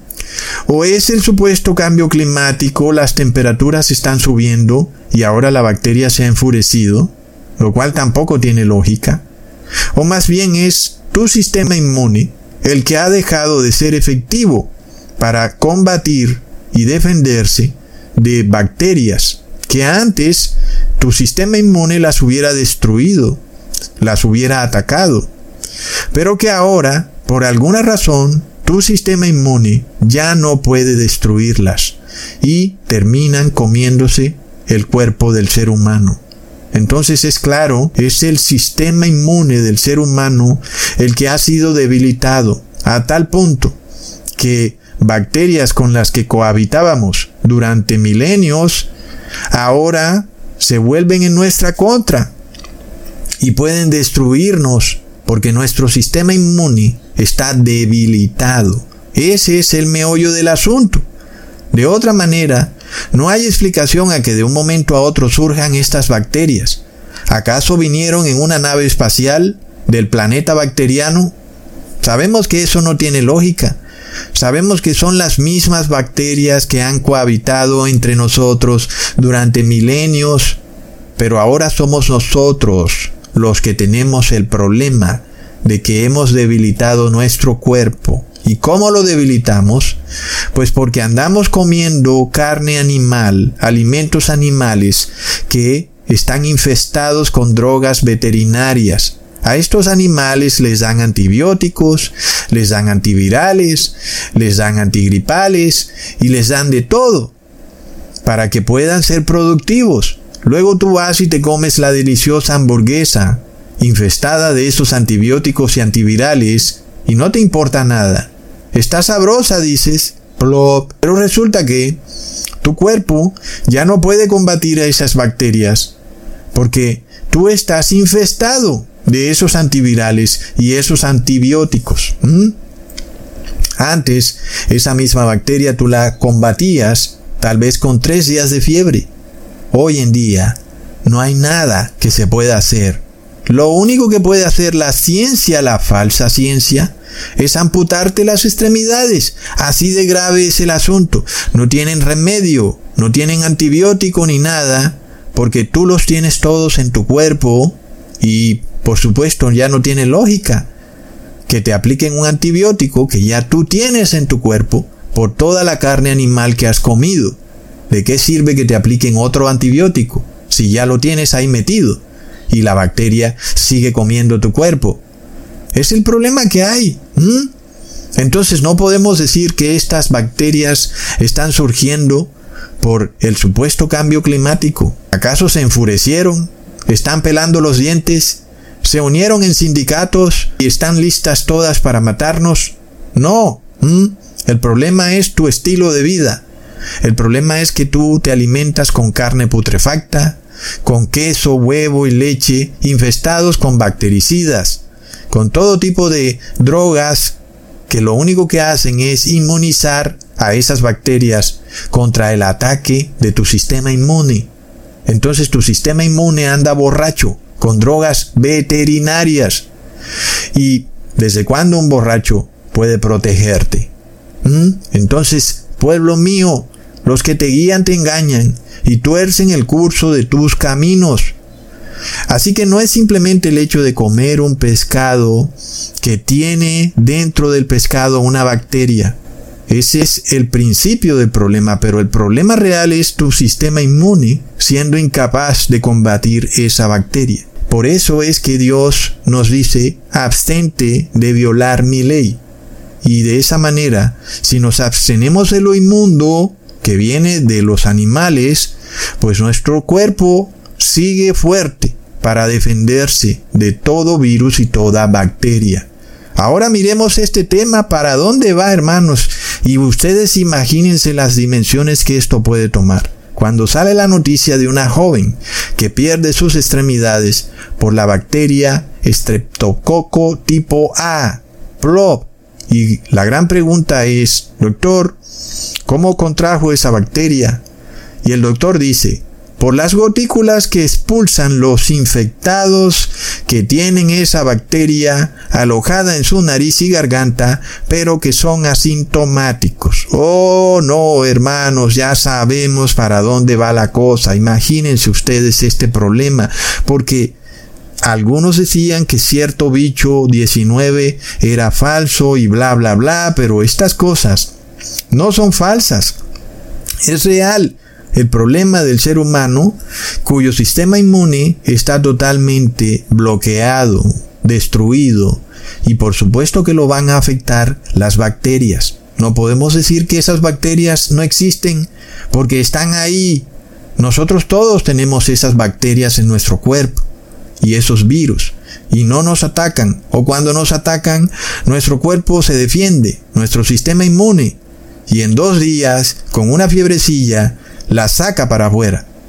S5: o es el supuesto cambio climático, las temperaturas están subiendo y ahora la bacteria se ha enfurecido, lo cual tampoco tiene lógica. O más bien es tu sistema inmune el que ha dejado de ser efectivo para combatir y defenderse de bacterias que antes tu sistema inmune las hubiera destruido, las hubiera atacado, pero que ahora, por alguna razón, tu sistema inmune ya no puede destruirlas y terminan comiéndose el cuerpo del ser humano. Entonces es claro, es el sistema inmune del ser humano el que ha sido debilitado a tal punto que bacterias con las que cohabitábamos durante milenios ahora se vuelven en nuestra contra y pueden destruirnos porque nuestro sistema inmune está debilitado. Ese es el meollo del asunto. De otra manera, no hay explicación a que de un momento a otro surjan estas bacterias. ¿Acaso vinieron en una nave espacial del planeta bacteriano? Sabemos que eso no tiene lógica. Sabemos que son las mismas bacterias que han cohabitado entre nosotros durante milenios, pero ahora somos nosotros los que tenemos el problema de que hemos debilitado nuestro cuerpo. ¿Y cómo lo debilitamos? Pues porque andamos comiendo carne animal, alimentos animales que están infestados con drogas veterinarias. A estos animales les dan antibióticos, les dan antivirales, les dan antigripales y les dan de todo para que puedan ser productivos. Luego tú vas y te comes la deliciosa hamburguesa infestada de esos antibióticos y antivirales y no te importa nada. Está sabrosa, dices, plop, pero resulta que tu cuerpo ya no puede combatir a esas bacterias porque tú estás infestado de esos antivirales y esos antibióticos. ¿Mm? Antes, esa misma bacteria tú la combatías tal vez con tres días de fiebre. Hoy en día no hay nada que se pueda hacer. Lo único que puede hacer la ciencia, la falsa ciencia, es amputarte las extremidades. Así de grave es el asunto. No tienen remedio, no tienen antibiótico ni nada, porque tú los tienes todos en tu cuerpo y, por supuesto, ya no tiene lógica que te apliquen un antibiótico que ya tú tienes en tu cuerpo por toda la carne animal que has comido. ¿De qué sirve que te apliquen otro antibiótico si ya lo tienes ahí metido y la bacteria sigue comiendo tu cuerpo? Es el problema que hay. ¿Mm? Entonces no podemos decir que estas bacterias están surgiendo por el supuesto cambio climático. ¿Acaso se enfurecieron? ¿Están pelando los dientes? ¿Se unieron en sindicatos y están listas todas para matarnos? No. ¿Mm? El problema es tu estilo de vida. El problema es que tú te alimentas con carne putrefacta, con queso, huevo y leche infestados con bactericidas, con todo tipo de drogas que lo único que hacen es inmunizar a esas bacterias contra el ataque de tu sistema inmune. Entonces tu sistema inmune anda borracho con drogas veterinarias. ¿Y desde cuándo un borracho puede protegerte? ¿Mm? Entonces, pueblo mío, los que te guían te engañan y tuercen el curso de tus caminos. Así que no es simplemente el hecho de comer un pescado que tiene dentro del pescado una bacteria. Ese es el principio del problema, pero el problema real es tu sistema inmune siendo incapaz de combatir esa bacteria. Por eso es que Dios nos dice, abstente de violar mi ley. Y de esa manera, si nos abstenemos de lo inmundo que viene de los animales, pues nuestro cuerpo sigue fuerte para defenderse de todo virus y toda bacteria. Ahora miremos este tema, ¿para dónde va, hermanos? Y ustedes imagínense las dimensiones que esto puede tomar. Cuando sale la noticia de una joven que pierde sus extremidades por la bacteria Streptococo tipo A, plop. Y la gran pregunta es, doctor, ¿cómo contrajo esa bacteria? Y el doctor dice, por las gotículas que expulsan los infectados que tienen esa bacteria alojada en su nariz y garganta, pero que son asintomáticos. Oh, no, hermanos, ya sabemos para dónde va la cosa. Imagínense ustedes este problema, porque algunos decían que cierto bicho diecinueve era falso y bla, bla, bla, pero estas cosas no son falsas. Es real. El problema del ser humano, cuyo sistema inmune está totalmente bloqueado, destruido, y por supuesto que lo van a afectar las bacterias. No podemos decir que esas bacterias no existen, porque están ahí. Nosotros todos tenemos esas bacterias en nuestro cuerpo, y esos virus, y no nos atacan, o cuando nos atacan, nuestro cuerpo se defiende, nuestro sistema inmune, y en dos días, con una fiebrecilla, la saca para afuera.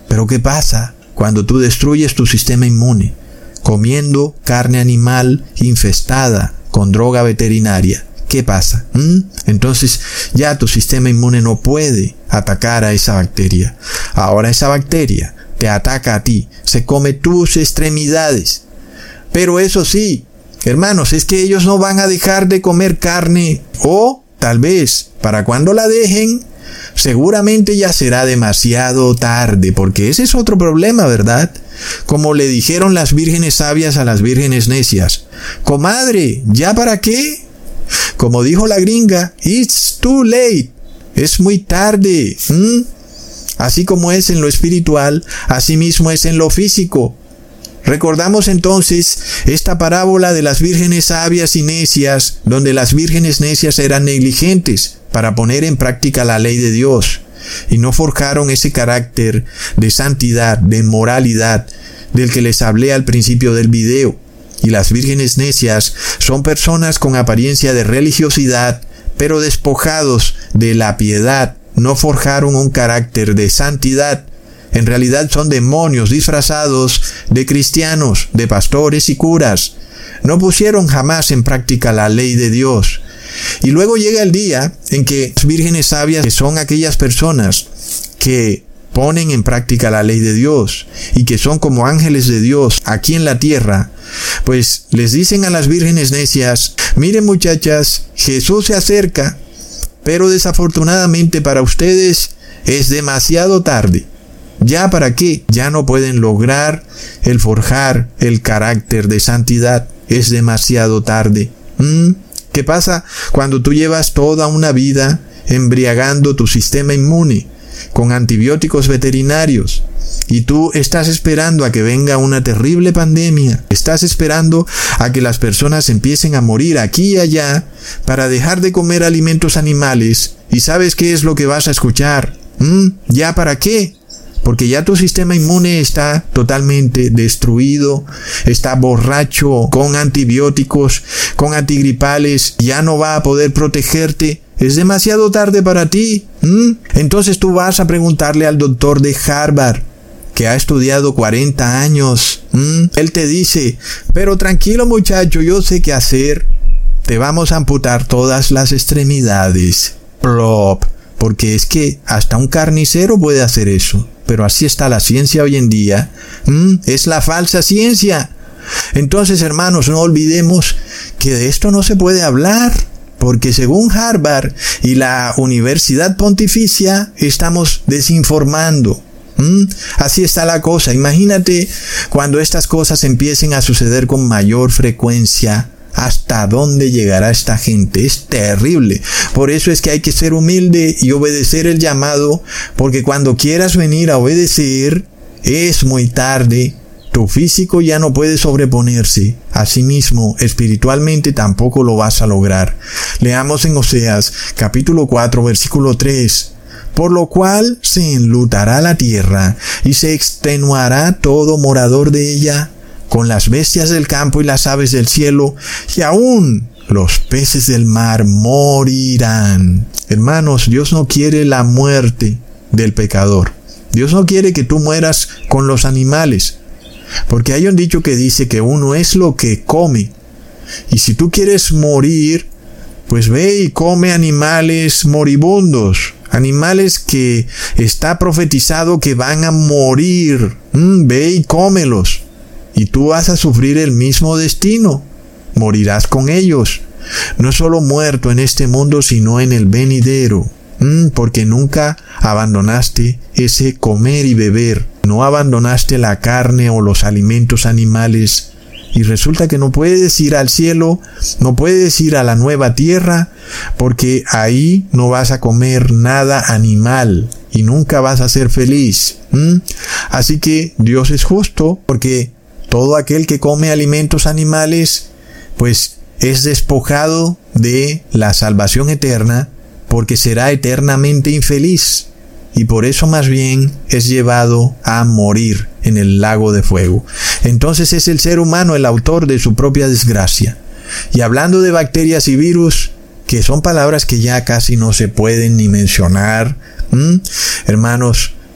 S5: Pero ¿qué pasa cuando tú destruyes tu sistema inmune comiendo carne animal infestada con droga veterinaria? ¿Qué pasa? ¿Mm? Entonces ya tu sistema inmune no puede atacar a esa bacteria. Ahora esa bacteria te ataca a ti, se come tus extremidades. Pero eso sí, hermanos, es que ellos no van a dejar de comer carne, o tal vez para cuando la dejen, seguramente ya será demasiado tarde, porque ese es otro problema, ¿verdad? Como le dijeron las vírgenes sabias a las vírgenes necias: comadre, ¿ya para qué? Como dijo la gringa, it's too late, es muy tarde. ¿Mm? Así como es en lo espiritual, así mismo es en lo físico. Recordamos entonces esta parábola de las vírgenes sabias y necias, donde las vírgenes necias eran negligentes para poner en práctica la ley de Dios y no forjaron ese carácter de santidad, de moralidad, del que les hablé al principio del video. Y las vírgenes necias son personas con apariencia de religiosidad, pero despojados de la piedad, no forjaron un carácter de santidad. En realidad son demonios disfrazados de cristianos, de pastores y curas. No pusieron jamás en práctica la ley de Dios. Y luego llega el día en que las vírgenes sabias, que son aquellas personas que ponen en práctica la ley de Dios y que son como ángeles de Dios aquí en la tierra, pues les dicen a las vírgenes necias: miren muchachas, Jesús se acerca, pero desafortunadamente para ustedes es demasiado tarde. ¿Ya para qué? Ya no pueden lograr el forjar el carácter de santidad. Es demasiado tarde. ¿Mm? ¿Qué pasa cuando tú llevas toda una vida embriagando tu sistema inmune con antibióticos veterinarios y tú estás esperando a que venga una terrible pandemia? Estás esperando a que las personas empiecen a morir aquí y allá para dejar de comer alimentos animales. ¿Y sabes qué es lo que vas a escuchar? ¿Mm? ¿Ya para qué? Porque ya tu sistema inmune está totalmente destruido, está borracho con antibióticos, con antigripales, ya no va a poder protegerte. Es demasiado tarde para ti. ¿Mm? Entonces tú vas a preguntarle al doctor de Harvard, que ha estudiado cuarenta años. ¿Mm? Él te dice: pero tranquilo muchacho, yo sé qué hacer. Te vamos a amputar todas las extremidades. Plop. Porque es que hasta un carnicero puede hacer eso. Pero así está la ciencia hoy en día. ¿Mm? Es la falsa ciencia. Entonces, hermanos, no olvidemos que de esto no se puede hablar, porque según Harvard y la Universidad Pontificia estamos desinformando. ¿Mm? Así está la cosa. Imagínate cuando estas cosas empiecen a suceder con mayor frecuencia. ¿Hasta dónde llegará esta gente? Es terrible. Por eso es que hay que ser humilde y obedecer el llamado, porque cuando quieras venir a obedecer, es muy tarde. Tu físico ya no puede sobreponerse. Asimismo, espiritualmente tampoco lo vas a lograr. Leamos en Oseas, capítulo cuatro, versículo tres. Por lo cual se enlutará la tierra, y se extenuará todo morador de ella, con las bestias del campo y las aves del cielo, y aún los peces del mar morirán. Hermanos, Dios no quiere la muerte del pecador. Dios no quiere que tú mueras con los animales, porque hay un dicho que dice que uno es lo que come. Y si tú quieres morir, pues ve y come animales moribundos, animales que está profetizado que van a morir. Mm, ve y cómelos. Y tú vas a sufrir el mismo destino. Morirás con ellos. No solo muerto en este mundo, sino en el venidero. Mm, porque nunca abandonaste ese comer y beber. No abandonaste la carne o los alimentos animales. Y resulta que no puedes ir al cielo, no puedes ir a la nueva tierra, porque ahí no vas a comer nada animal y nunca vas a ser feliz. ¿Mm? Así que Dios es justo, porque todo aquel que come alimentos animales, pues es despojado de la salvación eterna, porque será eternamente infeliz. Y por eso más bien es llevado a morir en el lago de fuego. Entonces es el ser humano el autor de su propia desgracia. Y hablando de bacterias y virus, que son palabras que ya casi no se pueden ni mencionar, ¿m? hermanos,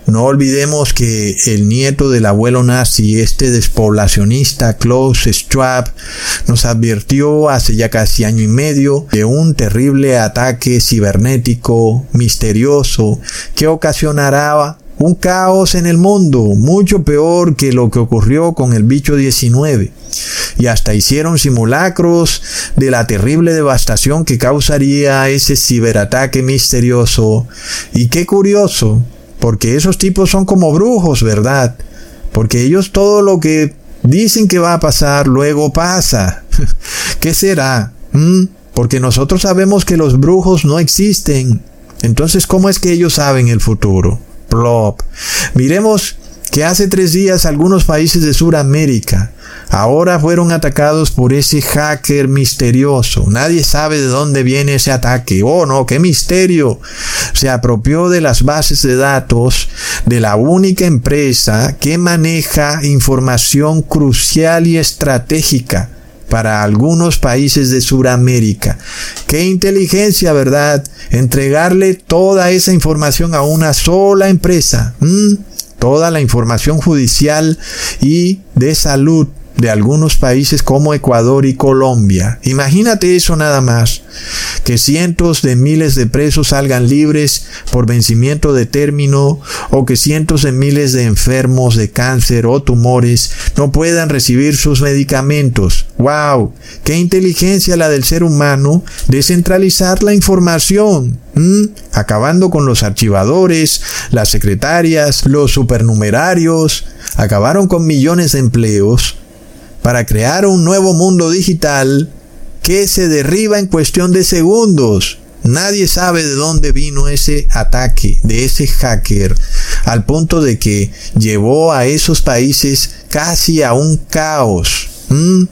S5: No olvidemos que el nieto del abuelo nazi, este despoblacionista Klaus Schwab, nos advirtió hace ya casi año y medio de un terrible ataque cibernético misterioso que ocasionará un caos en el mundo, mucho peor que lo que ocurrió con el bicho diecinueve. Y hasta hicieron simulacros de la terrible devastación que causaría ese ciberataque misterioso. Y qué curioso, porque esos tipos son como brujos, ¿verdad? Porque ellos todo lo que dicen que va a pasar, luego pasa. ¿Qué será? ¿Mm? Porque nosotros sabemos que los brujos no existen. Entonces, ¿cómo es que ellos saben el futuro? Plop. Miremos que hace tres días algunos países de Sudamérica ahora fueron atacados por ese hacker misterioso. Nadie sabe de dónde viene ese ataque. ¡Oh, no! ¡Qué misterio! Se apropió de las bases de datos de la única empresa que maneja información crucial y estratégica para algunos países de Sudamérica. ¡Qué inteligencia!, ¿verdad? Entregarle toda esa información a una sola empresa. ¿Mm? Toda la información judicial y de salud de algunos países como Ecuador y Colombia. Imagínate eso nada más, que cientos de miles de presos salgan libres por vencimiento de término, o que cientos de miles de enfermos de cáncer o tumores no puedan recibir sus medicamentos. ¡Wow! ¡Qué inteligencia la del ser humano! Descentralizar la información. ¿Mm? Acabando con los archivadores, las secretarias, los supernumerarios. Acabaron con millones de empleos para crear un nuevo mundo digital que se derriba en cuestión de segundos. Nadie sabe de dónde vino ese ataque de ese hacker, al punto de que llevó a esos países casi a un caos. ¿Mm?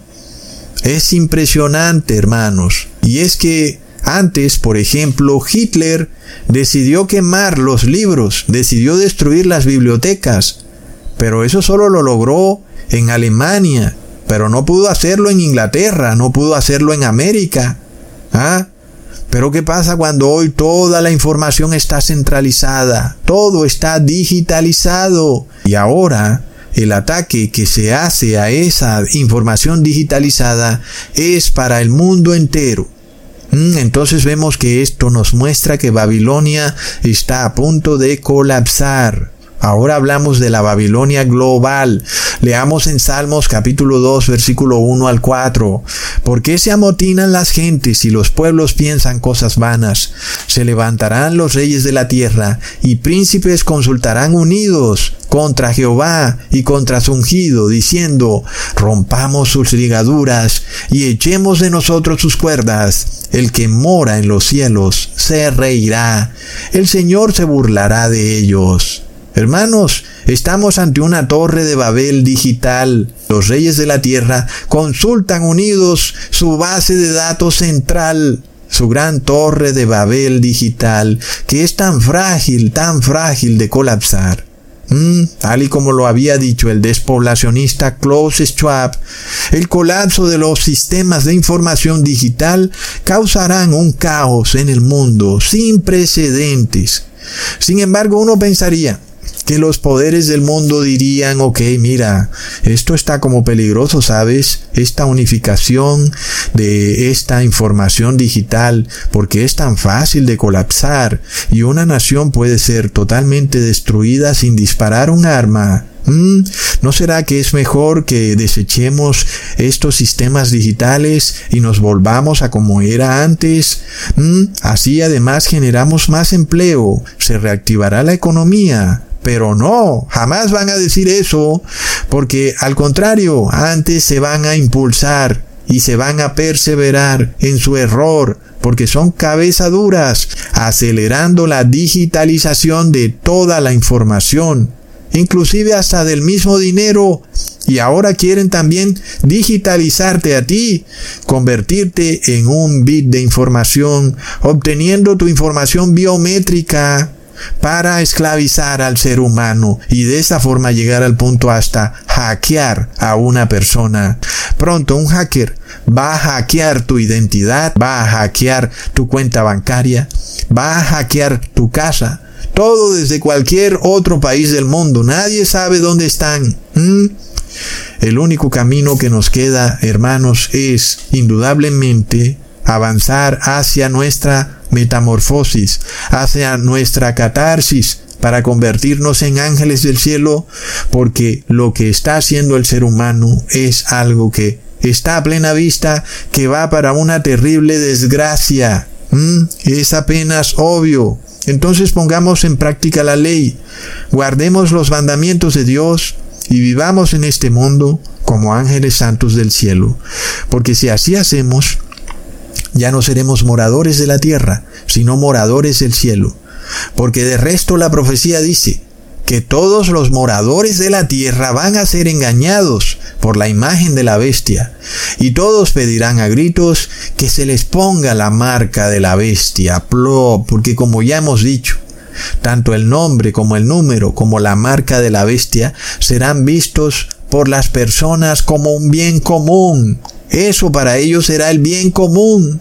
S5: Es impresionante, hermanos. Y es que antes, por ejemplo, Hitler decidió quemar los libros, decidió destruir las bibliotecas, pero eso solo lo logró en Alemania. Pero no pudo hacerlo en Inglaterra, no pudo hacerlo en América. ¿Ah? Pero ¿qué pasa cuando hoy toda la información está centralizada? Todo está digitalizado. Y ahora el ataque que se hace a esa información digitalizada es para el mundo entero. Entonces vemos que esto nos muestra que Babilonia está a punto de colapsar. Ahora hablamos de la Babilonia global. Leamos en Salmos capítulo dos, versículo uno al cuatro. ¿Por qué se amotinan las gentes y los pueblos piensan cosas vanas? Se levantarán los reyes de la tierra y príncipes consultarán unidos contra Jehová y contra su ungido, diciendo: rompamos sus ligaduras y echemos de nosotros sus cuerdas. El que mora en los cielos se reirá. El Señor se burlará de ellos. Hermanos, estamos ante una torre de Babel digital. Los reyes de la tierra consultan unidos su base de datos central, su gran torre de Babel digital, que es tan frágil, tan frágil de colapsar. Mm, tal y como lo había dicho el despoblacionista Klaus Schwab, el colapso de los sistemas de información digital causarán un caos en el mundo sin precedentes. Sin embargo, uno pensaría que los poderes del mundo dirían: ok, mira, esto está como peligroso, ¿sabes? Esta unificación de esta información digital, porque es tan fácil de colapsar y una nación puede ser totalmente destruida sin disparar un arma. ¿Mm? ¿No será que es mejor que desechemos estos sistemas digitales y nos volvamos a como era antes? ¿Mm? Así además generamos más empleo, se reactivará la economía. Pero no, jamás van a decir eso, porque al contrario, antes se van a impulsar y se van a perseverar en su error, porque son cabezas duras, acelerando la digitalización de toda la información, inclusive hasta del mismo dinero. Y ahora quieren también digitalizarte a ti, convertirte en un bit de información, obteniendo tu información biométrica para esclavizar al ser humano y de esa forma llegar al punto hasta hackear a una persona. Pronto un hacker va a hackear tu identidad, va a hackear tu cuenta bancaria, va a hackear tu casa, todo desde cualquier otro país del mundo. Nadie sabe dónde están. ¿Mm? El único camino que nos queda, hermanos, es indudablemente avanzar hacia nuestra metamorfosis, hacia nuestra catarsis, para convertirnos en ángeles del cielo, porque lo que está haciendo el ser humano es algo que está a plena vista, que va para una terrible desgracia. ¿Mm? Es apenas obvio. Entonces pongamos en práctica la ley, guardemos los mandamientos de Dios y vivamos en este mundo como ángeles santos del cielo, porque si así hacemos, ya no seremos moradores de la tierra, sino moradores del cielo. Porque de resto la profecía dice que todos los moradores de la tierra van a ser engañados por la imagen de la bestia, y todos pedirán a gritos que se les ponga la marca de la bestia, plop, porque como ya hemos dicho, tanto el nombre como el número como la marca de la bestia serán vistos por las personas como un bien común. Eso para ellos será el bien común.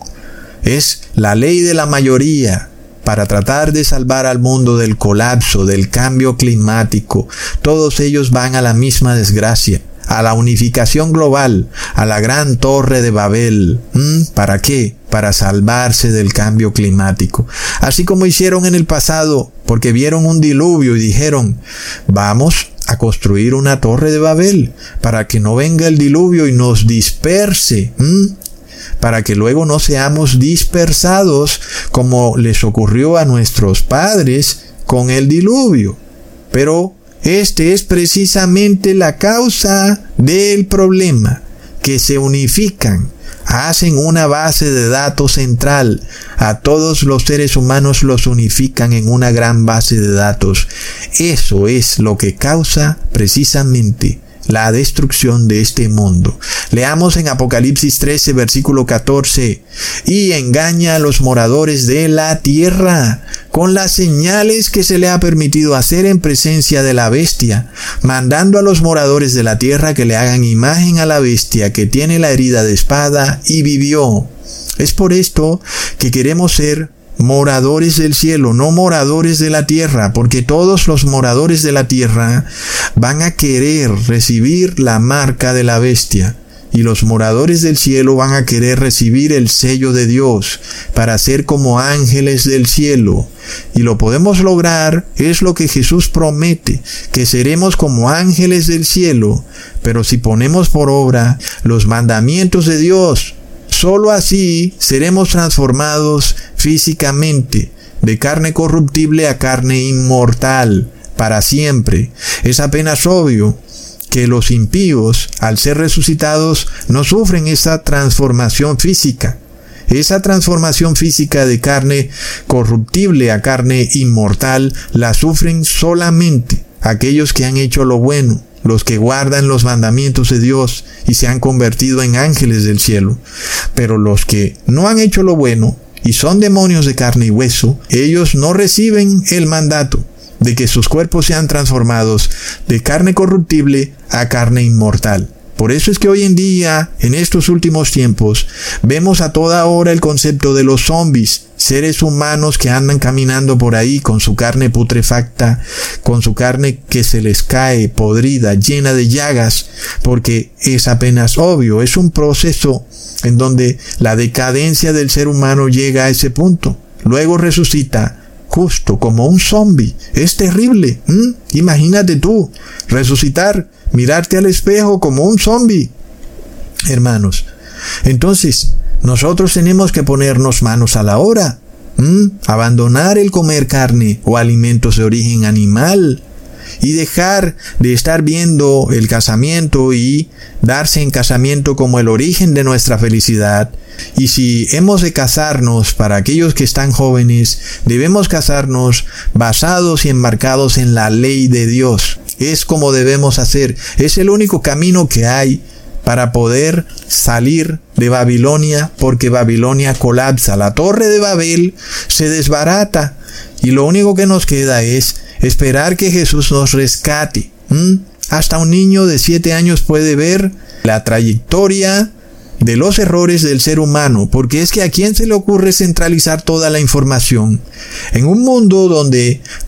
S5: Es la ley de la mayoría para tratar de salvar al mundo del colapso, del cambio climático. Todos ellos van a la misma desgracia, a la unificación global, a la gran torre de Babel. ¿Mm? ¿Para qué? Para salvarse del cambio climático. Así como hicieron en el pasado, porque vieron un diluvio y dijeron, vamos a construir una torre de Babel para que no venga el diluvio y nos disperse. ¿Mm? Para que luego no seamos dispersados como les ocurrió a nuestros padres con el diluvio. Pero este es precisamente la causa del problema, que se unifican, hacen una base de datos central, a todos los seres humanos los unifican en una gran base de datos. Eso es lo que causa precisamente la destrucción de este mundo. Leamos en Apocalipsis trece, versículo catorce. Y engaña a los moradores de la tierra con las señales que se le ha permitido hacer en presencia de la bestia, mandando a los moradores de la tierra que le hagan imagen a la bestia que tiene la herida de espada y vivió. Es por esto que queremos ser moradores del cielo, no moradores de la tierra, porque todos los moradores de la tierra van a querer recibir la marca de la bestia, y los moradores del cielo van a querer recibir el sello de Dios para ser como ángeles del cielo. Y lo podemos lograr, es lo que Jesús promete, que seremos como ángeles del cielo, pero si ponemos por obra los mandamientos de Dios, solo así seremos transformados físicamente, de carne corruptible a carne inmortal, para siempre. Es apenas obvio que los impíos, al ser resucitados, no sufren esa transformación física. Esa transformación física de carne corruptible a carne inmortal la sufren solamente aquellos que han hecho lo bueno, los que guardan los mandamientos de Dios y se han convertido en ángeles del cielo. Pero los que no han hecho lo bueno y son demonios de carne y hueso, ellos no reciben el mandato de que sus cuerpos sean transformados de carne corruptible a carne inmortal. Por eso es que hoy en día, en estos últimos tiempos, vemos a toda hora el concepto de los zombies, seres humanos que andan caminando por ahí con su carne putrefacta, con su carne que se les cae podrida, llena de llagas, porque es apenas obvio, es un proceso en donde la decadencia del ser humano llega a ese punto. Luego resucita justo como un zombie. Es terrible. ¿Mm? Imagínate tú, resucitar, mirarte al espejo como un zombie. Hermanos, entonces nosotros tenemos que ponernos manos a la obra. ¿Mm? Abandonar el comer carne o alimentos de origen animal y dejar de estar viendo el casamiento y darse en casamiento como el origen de nuestra felicidad. Y si hemos de casarnos, para aquellos que están jóvenes, debemos casarnos basados y enmarcados en la ley de Dios. Es como debemos hacer. Es el único camino que hay para poder salir de Babilonia, porque Babilonia colapsa. La torre de Babel se desbarata y lo único que nos queda es esperar que Jesús nos rescate. ¿Mm? Hasta un niño de siete años puede ver la trayectoria de los errores del ser humano, porque es que a quién se le ocurre centralizar toda la información en un mundo donde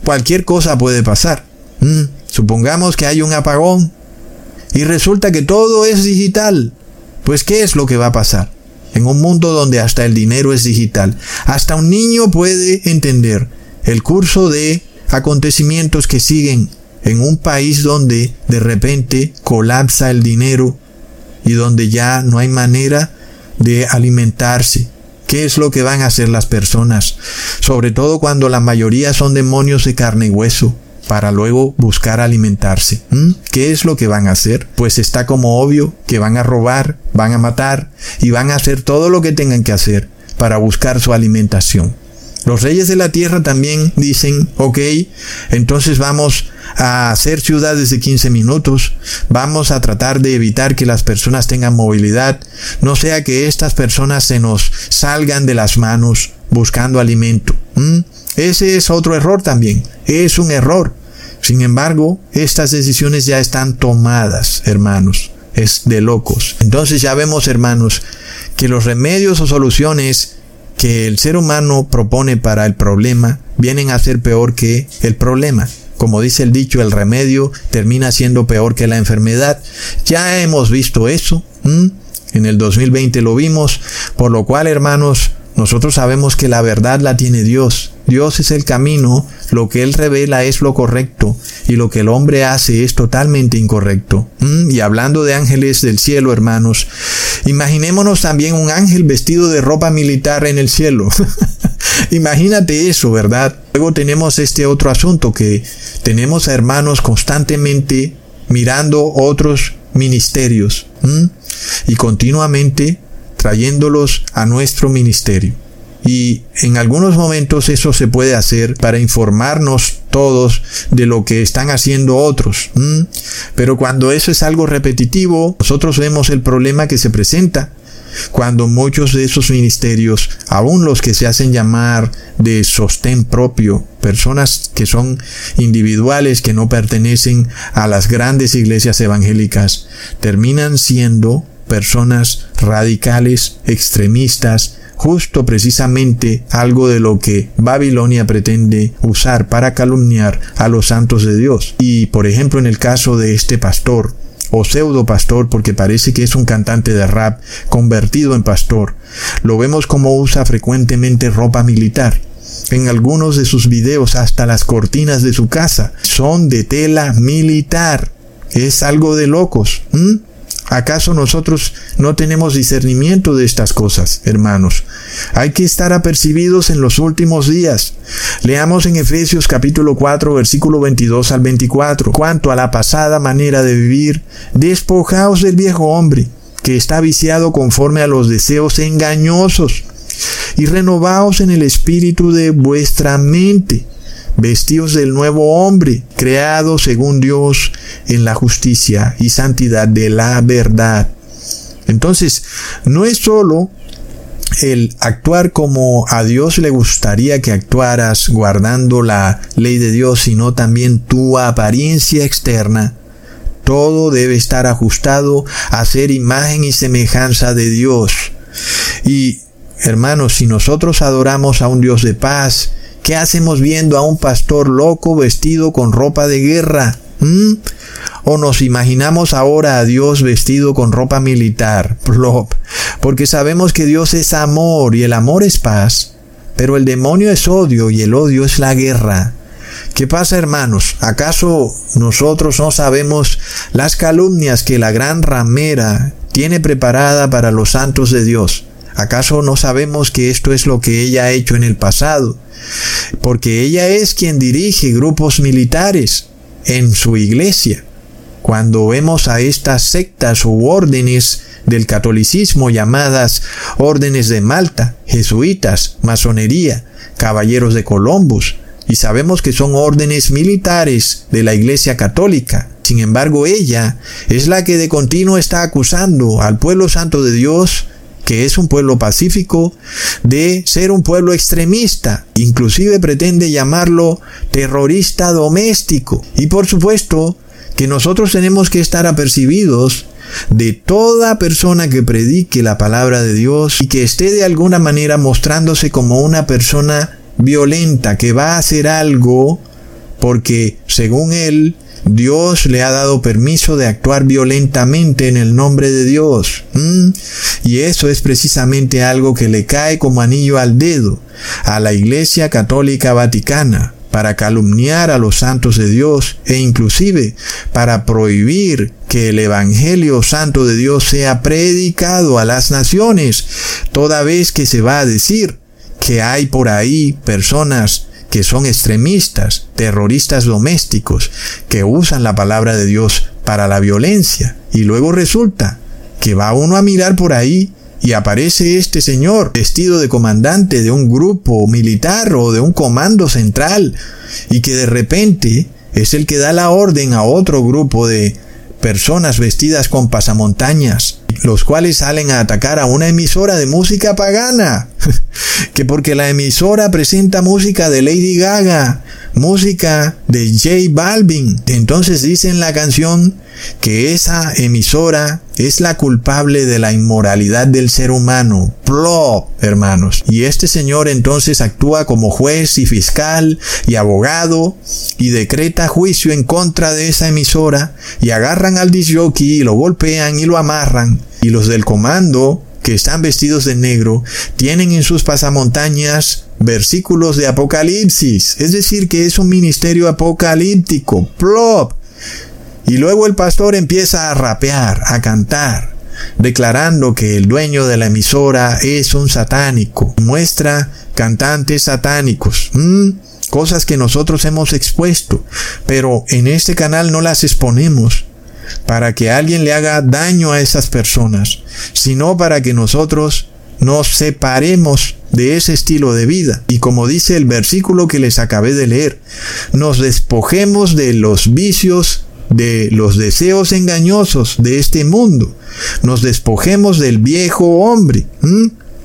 S5: cualquier cosa puede pasar. ¿Mm? Supongamos que hay un apagón y resulta que todo es digital. Pues, ¿qué es lo que va a pasar? En un mundo donde hasta el dinero es digital, hasta un niño puede entender el curso de acontecimientos que siguen en un país donde de repente colapsa el dinero y donde ya no hay manera de alimentarse. ¿Qué es lo que van a hacer las personas? Sobre todo cuando la mayoría son demonios de carne y hueso, para luego buscar alimentarse. ¿Mm? ¿Qué es lo que van a hacer? Pues está como obvio que van a robar, van a matar y van a hacer todo lo que tengan que hacer para buscar su alimentación. Los reyes de la tierra también dicen, ok, entonces vamos a hacer ciudades de quince minutos, vamos a tratar de evitar que las personas tengan movilidad, no sea que estas personas se nos salgan de las manos buscando alimento. ¿Mm? Ese es otro error también, es un error. Sin embargo, estas decisiones ya están tomadas, hermanos, es de locos. Entonces ya vemos, hermanos, que los remedios o soluciones que el ser humano propone para el problema vienen a ser peor que el problema. Como dice el dicho, el remedio termina siendo peor que la enfermedad. Ya hemos visto eso. ¿Mm? En el dos mil veinte lo vimos, por lo cual, hermanos, nosotros sabemos que la verdad la tiene Dios. Dios es el camino, lo que Él revela es lo correcto y lo que el hombre hace es totalmente incorrecto. ¿Mm? Y hablando de ángeles del cielo, hermanos, imaginémonos también un ángel vestido de ropa militar en el cielo. Imagínate eso, ¿verdad? Luego tenemos este otro asunto, que tenemos a hermanos constantemente mirando otros ministerios. ¿Mm? Y continuamente trayéndolos a nuestro ministerio. Y en algunos momentos eso se puede hacer para informarnos todos de lo que están haciendo otros. ¿Mm? Pero cuando eso es algo repetitivo, nosotros vemos el problema que se presenta. Cuando muchos de esos ministerios, aún los que se hacen llamar de sostén propio, personas que son individuales, que no pertenecen a las grandes iglesias evangélicas, terminan siendo personas radicales, extremistas, justo precisamente algo de lo que Babilonia pretende usar para calumniar a los santos de Dios. Y por ejemplo, en el caso de este pastor, o pseudo pastor, porque parece que es un cantante de rap convertido en pastor, lo vemos como usa frecuentemente ropa militar. En algunos de sus videos, hasta las cortinas de su casa son de tela militar. Es algo de locos. ¿Mm? ¿Acaso nosotros no tenemos discernimiento de estas cosas, hermanos? Hay que estar apercibidos en los últimos días. Leamos en Efesios capítulo cuatro, versículo veintidós al veinticuatro. Cuanto a la pasada manera de vivir, despojaos del viejo hombre, que está viciado conforme a los deseos engañosos, y renovaos en el espíritu de vuestra mente, vestidos del nuevo hombre, creado según Dios en la justicia y santidad de la verdad. Entonces, no es solo el actuar como a Dios le gustaría que actuaras guardando la ley de Dios, sino también tu apariencia externa. Todo debe estar ajustado a ser imagen y semejanza de Dios. Y, hermanos, si nosotros adoramos a un Dios de paz, ¿qué hacemos viendo a un pastor loco vestido con ropa de guerra? ¿Mm? ¿O nos imaginamos ahora a Dios vestido con ropa militar? Plop. Porque sabemos que Dios es amor y el amor es paz, pero el demonio es odio y el odio es la guerra. ¿Qué pasa, hermanos? ¿Acaso nosotros no sabemos las calumnias que la gran ramera tiene preparada para los santos de Dios? ¿Acaso no sabemos que esto es lo que ella ha hecho en el pasado? Porque ella es quien dirige grupos militares en su iglesia. Cuando vemos a estas sectas u órdenes del catolicismo llamadas órdenes de Malta, jesuitas, masonería, caballeros de Columbus, y sabemos que son órdenes militares de la Iglesia Católica. Sin embargo, ella es la que de continuo está acusando al pueblo santo de Dios, que es un pueblo pacífico, de ser un pueblo extremista. Inclusive pretende llamarlo terrorista doméstico. Y por supuesto que nosotros tenemos que estar apercibidos de toda persona que predique la palabra de Dios y que esté de alguna manera mostrándose como una persona violenta, que va a hacer algo porque según él, Dios le ha dado permiso de actuar violentamente en el nombre de Dios. ¿Mm? Y eso es precisamente algo que le cae como anillo al dedo a la Iglesia Católica Vaticana, para calumniar a los santos de Dios e inclusive para prohibir que el Evangelio Santo de Dios sea predicado a las naciones, toda vez que se va a decir que hay por ahí personas que son extremistas, terroristas domésticos, que usan la palabra de Dios para la violencia. Y luego resulta que va uno a mirar por ahí y aparece este señor vestido de comandante de un grupo militar o de un comando central, y que de repente es el que da la orden a otro grupo de personas vestidas con pasamontañas, los cuales salen a atacar a una emisora de música pagana, que porque la emisora presenta música de Lady Gaga, música de J Balvin, entonces dice en la canción que esa emisora es la culpable de la inmoralidad del ser humano. Plop, hermanos. Y este señor entonces actúa como juez y fiscal y abogado y decreta juicio en contra de esa emisora, y agarran al disc jockey y lo golpean y lo amarran, y los del comando, que están vestidos de negro, tienen en sus pasamontañas versículos de Apocalipsis, es decir, que es un ministerio apocalíptico. Plop. Y luego el pastor empieza a rapear, a cantar, declarando que el dueño de la emisora es un satánico. Muestra cantantes satánicos, ¿Mm? cosas que nosotros hemos expuesto, pero en este canal no las exponemos para que alguien le haga daño a esas personas, sino para que nosotros nos separemos de ese estilo de vida. Y como dice el versículo que les acabé de leer, nos despojemos de los vicios, de los deseos engañosos de este mundo, nos despojemos del viejo hombre. ¿Mm?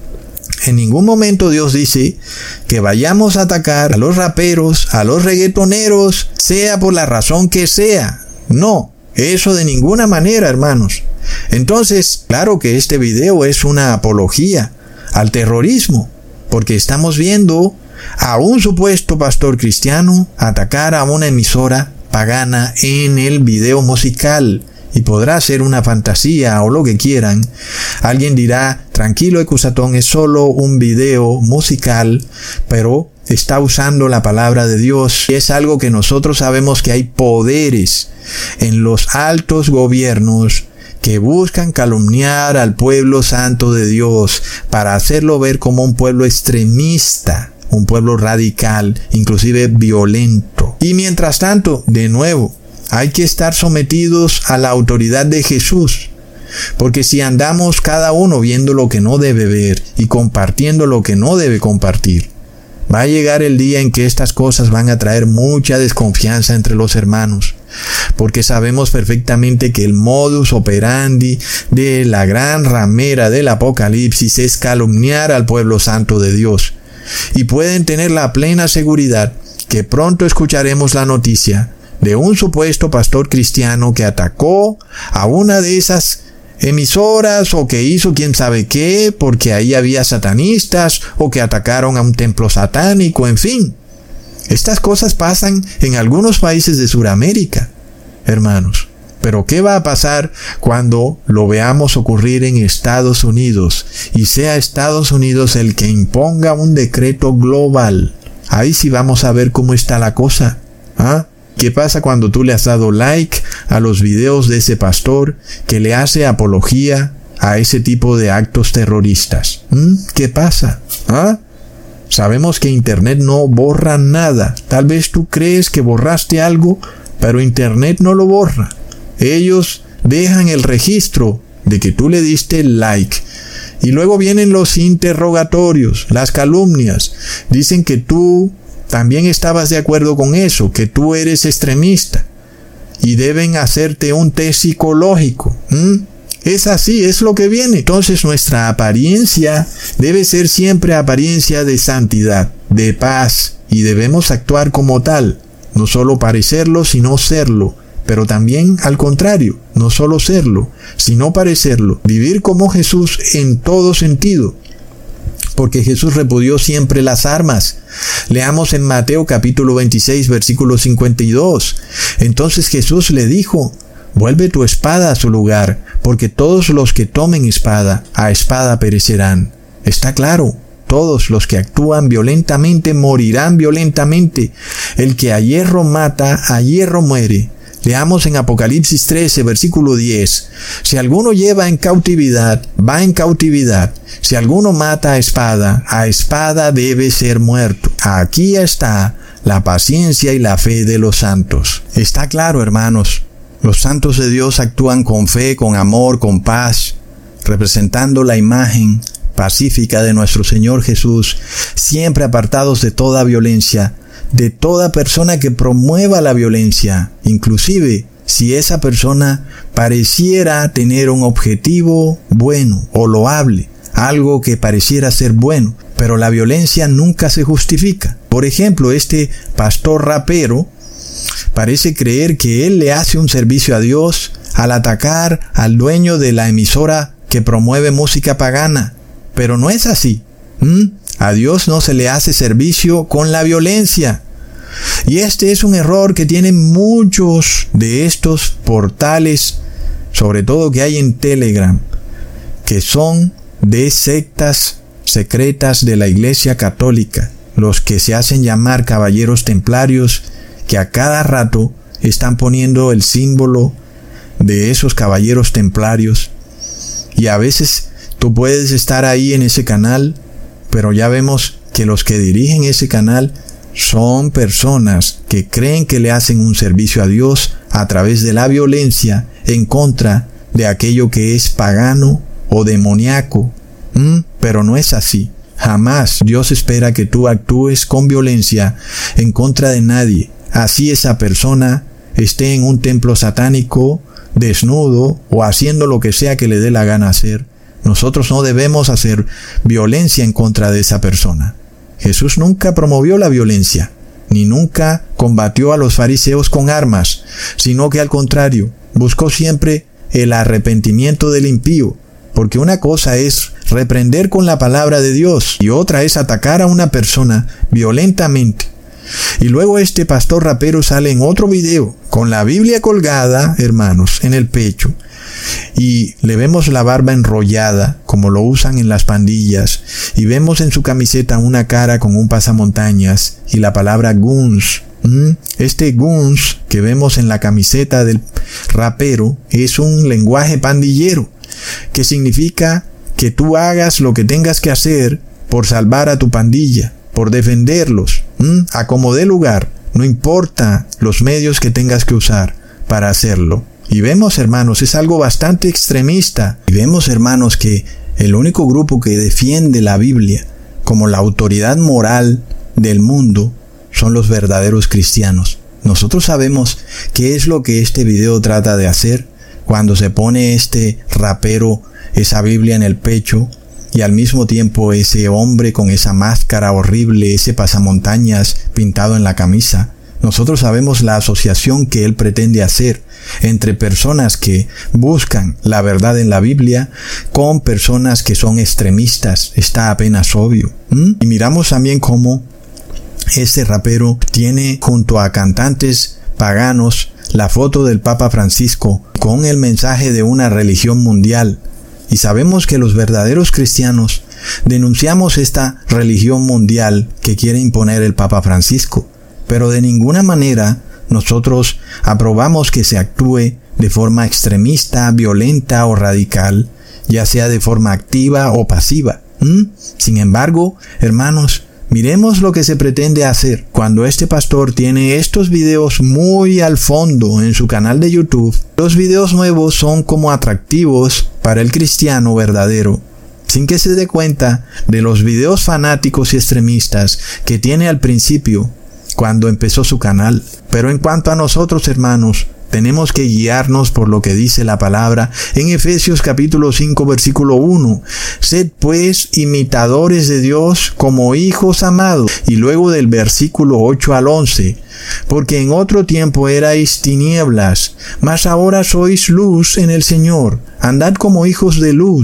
S5: En ningún momento Dios dice que vayamos a atacar a los raperos, a los reggaetoneros, sea por la razón que sea. No, eso de ninguna manera, hermanos. Entonces, claro que este video es una apología al terrorismo, porque estamos viendo a un supuesto pastor cristiano atacar a una emisora pagana en el video musical. Y podrá ser una fantasía o lo que quieran. Alguien dirá, tranquilo Ecusatón, es solo un video musical, pero está usando la palabra de Dios. Y es algo que nosotros sabemos, que hay poderes en los altos gobiernos que buscan calumniar al pueblo santo de Dios para hacerlo ver como un pueblo extremista, un pueblo radical, inclusive violento. Y mientras tanto, de nuevo, hay que estar sometidos a la autoridad de Jesús, porque si andamos cada uno viendo lo que no debe ver y compartiendo lo que no debe compartir, va a llegar el día en que estas cosas van a traer mucha desconfianza entre los hermanos, porque sabemos perfectamente que el modus operandi de la gran ramera del Apocalipsis es calumniar al pueblo santo de Dios. Y pueden tener la plena seguridad que pronto escucharemos la noticia de un supuesto pastor cristiano que atacó a una de esas emisoras, o que hizo quién sabe qué, porque ahí había satanistas, o que atacaron a un templo satánico, en fin. Estas cosas pasan en algunos países de Sudamérica, hermanos. Pero ¿qué va a pasar cuando lo veamos ocurrir en Estados Unidos y sea Estados Unidos el que imponga un decreto global? Ahí sí vamos a ver cómo está la cosa. ¿Ah? ¿Qué pasa cuando tú le has dado like a los videos de ese pastor que le hace apología a ese tipo de actos terroristas? ¿Mm? ¿Qué pasa? ¿Ah? Sabemos que Internet no borra nada. Tal vez tú crees que borraste algo, pero Internet no lo borra. Ellos dejan el registro de que tú le diste like. Y luego vienen los interrogatorios, las calumnias. Dicen que tú también estabas de acuerdo con eso, que tú eres extremista. Y deben hacerte un test psicológico. ¿Mm? Es así, es lo que viene. Entonces nuestra apariencia debe ser siempre apariencia de santidad, de paz. Y debemos actuar como tal. No solo parecerlo, sino serlo. Pero también al contrario, no solo serlo, sino parecerlo. Vivir como Jesús en todo sentido. porque Jesús repudió siempre las armas. Leamos en Mateo capítulo veintiséis, versículo cincuenta y dos. Entonces Jesús le dijo: vuelve tu espada a su lugar, porque todos los que tomen espada, a espada perecerán. Está claro, todos los que actúan violentamente morirán violentamente. El que a hierro mata, a hierro muere. Leamos en Apocalipsis trece, versículo diez. Si alguno lleva en cautividad, va en cautividad. Si alguno mata a espada, a espada debe ser muerto. Aquí está la paciencia y la fe de los santos. Está claro, hermanos. Los santos de Dios actúan con fe, con amor, con paz, representando la imagen pacífica de nuestro Señor Jesús, siempre apartados de toda violencia, de toda persona que promueva la violencia, inclusive si esa persona pareciera tener un objetivo bueno o loable, algo que pareciera ser bueno, pero la violencia nunca se justifica. Por ejemplo, este pastor rapero parece creer que él le hace un servicio a Dios al atacar al dueño de la emisora que promueve música pagana. Pero no es así. ¿Mm? A Dios no se le hace servicio con la violencia. Y este es un error que tienen muchos de estos portales, sobre todo que hay en Telegram, que son de sectas secretas de la Iglesia Católica, los que se hacen llamar caballeros templarios, que a cada rato están poniendo el símbolo de esos caballeros templarios. Y a veces tú puedes estar ahí en ese canal, pero ya vemos que los que dirigen ese canal son personas que creen que le hacen un servicio a Dios a través de la violencia en contra de aquello que es pagano o demoníaco. ¿Mm? Pero no es así. Jamás Dios espera que tú actúes con violencia en contra de nadie. Así esa persona esté en un templo satánico, desnudo o haciendo lo que sea que le dé la gana hacer. Nosotros no debemos hacer violencia en contra de esa persona. Jesús nunca promovió la violencia, ni nunca combatió a los fariseos con armas, sino que al contrario, buscó siempre el arrepentimiento del impío, porque una cosa es reprender con la palabra de Dios y otra es atacar a una persona violentamente. Y luego este pastor rapero sale en otro video con la Biblia colgada, hermanos, en el pecho, y le vemos la barba enrollada como lo usan en las pandillas, y vemos en su camiseta una cara con un pasamontañas y la palabra guns. ¿Mm? Este guns que vemos en la camiseta del rapero es un lenguaje pandillero que significa que tú hagas lo que tengas que hacer por salvar a tu pandilla, por defenderlos, ¿Mm? a como dé lugar, no importa los medios que tengas que usar para hacerlo. Y vemos, hermanos, es algo bastante extremista. Y vemos, hermanos, que el único grupo que defiende la Biblia como la autoridad moral del mundo son los verdaderos cristianos. Nosotros sabemos qué es lo que este video trata de hacer cuando se pone este rapero esa Biblia en el pecho y al mismo tiempo ese hombre con esa máscara horrible, ese pasamontañas pintado en la camisa. Nosotros sabemos la asociación que él pretende hacer entre personas que buscan la verdad en la Biblia con personas que son extremistas. Está apenas obvio. ¿Mm? Y miramos también cómo este rapero tiene junto a cantantes paganos la foto del Papa Francisco con el mensaje de una religión mundial. Y sabemos que los verdaderos cristianos denunciamos esta religión mundial que quiere imponer el Papa Francisco. Pero de ninguna manera nosotros aprobamos que se actúe de forma extremista, violenta o radical, ya sea de forma activa o pasiva. ¿Mm? Sin embargo, hermanos, miremos lo que se pretende hacer cuando este pastor tiene estos videos muy al fondo en su canal de YouTube. Los videos nuevos son como atractivos para el cristiano verdadero, sin que se dé cuenta de los videos fanáticos y extremistas que tiene al principio cuando empezó su canal. Pero en cuanto a nosotros, hermanos, tenemos que guiarnos por lo que dice la palabra en Efesios capítulo cinco versículo uno. Sed pues imitadores de Dios como hijos amados. Y luego del versículo ocho al once. Porque en otro tiempo erais tinieblas, mas ahora sois luz en el Señor. Andad como hijos de luz.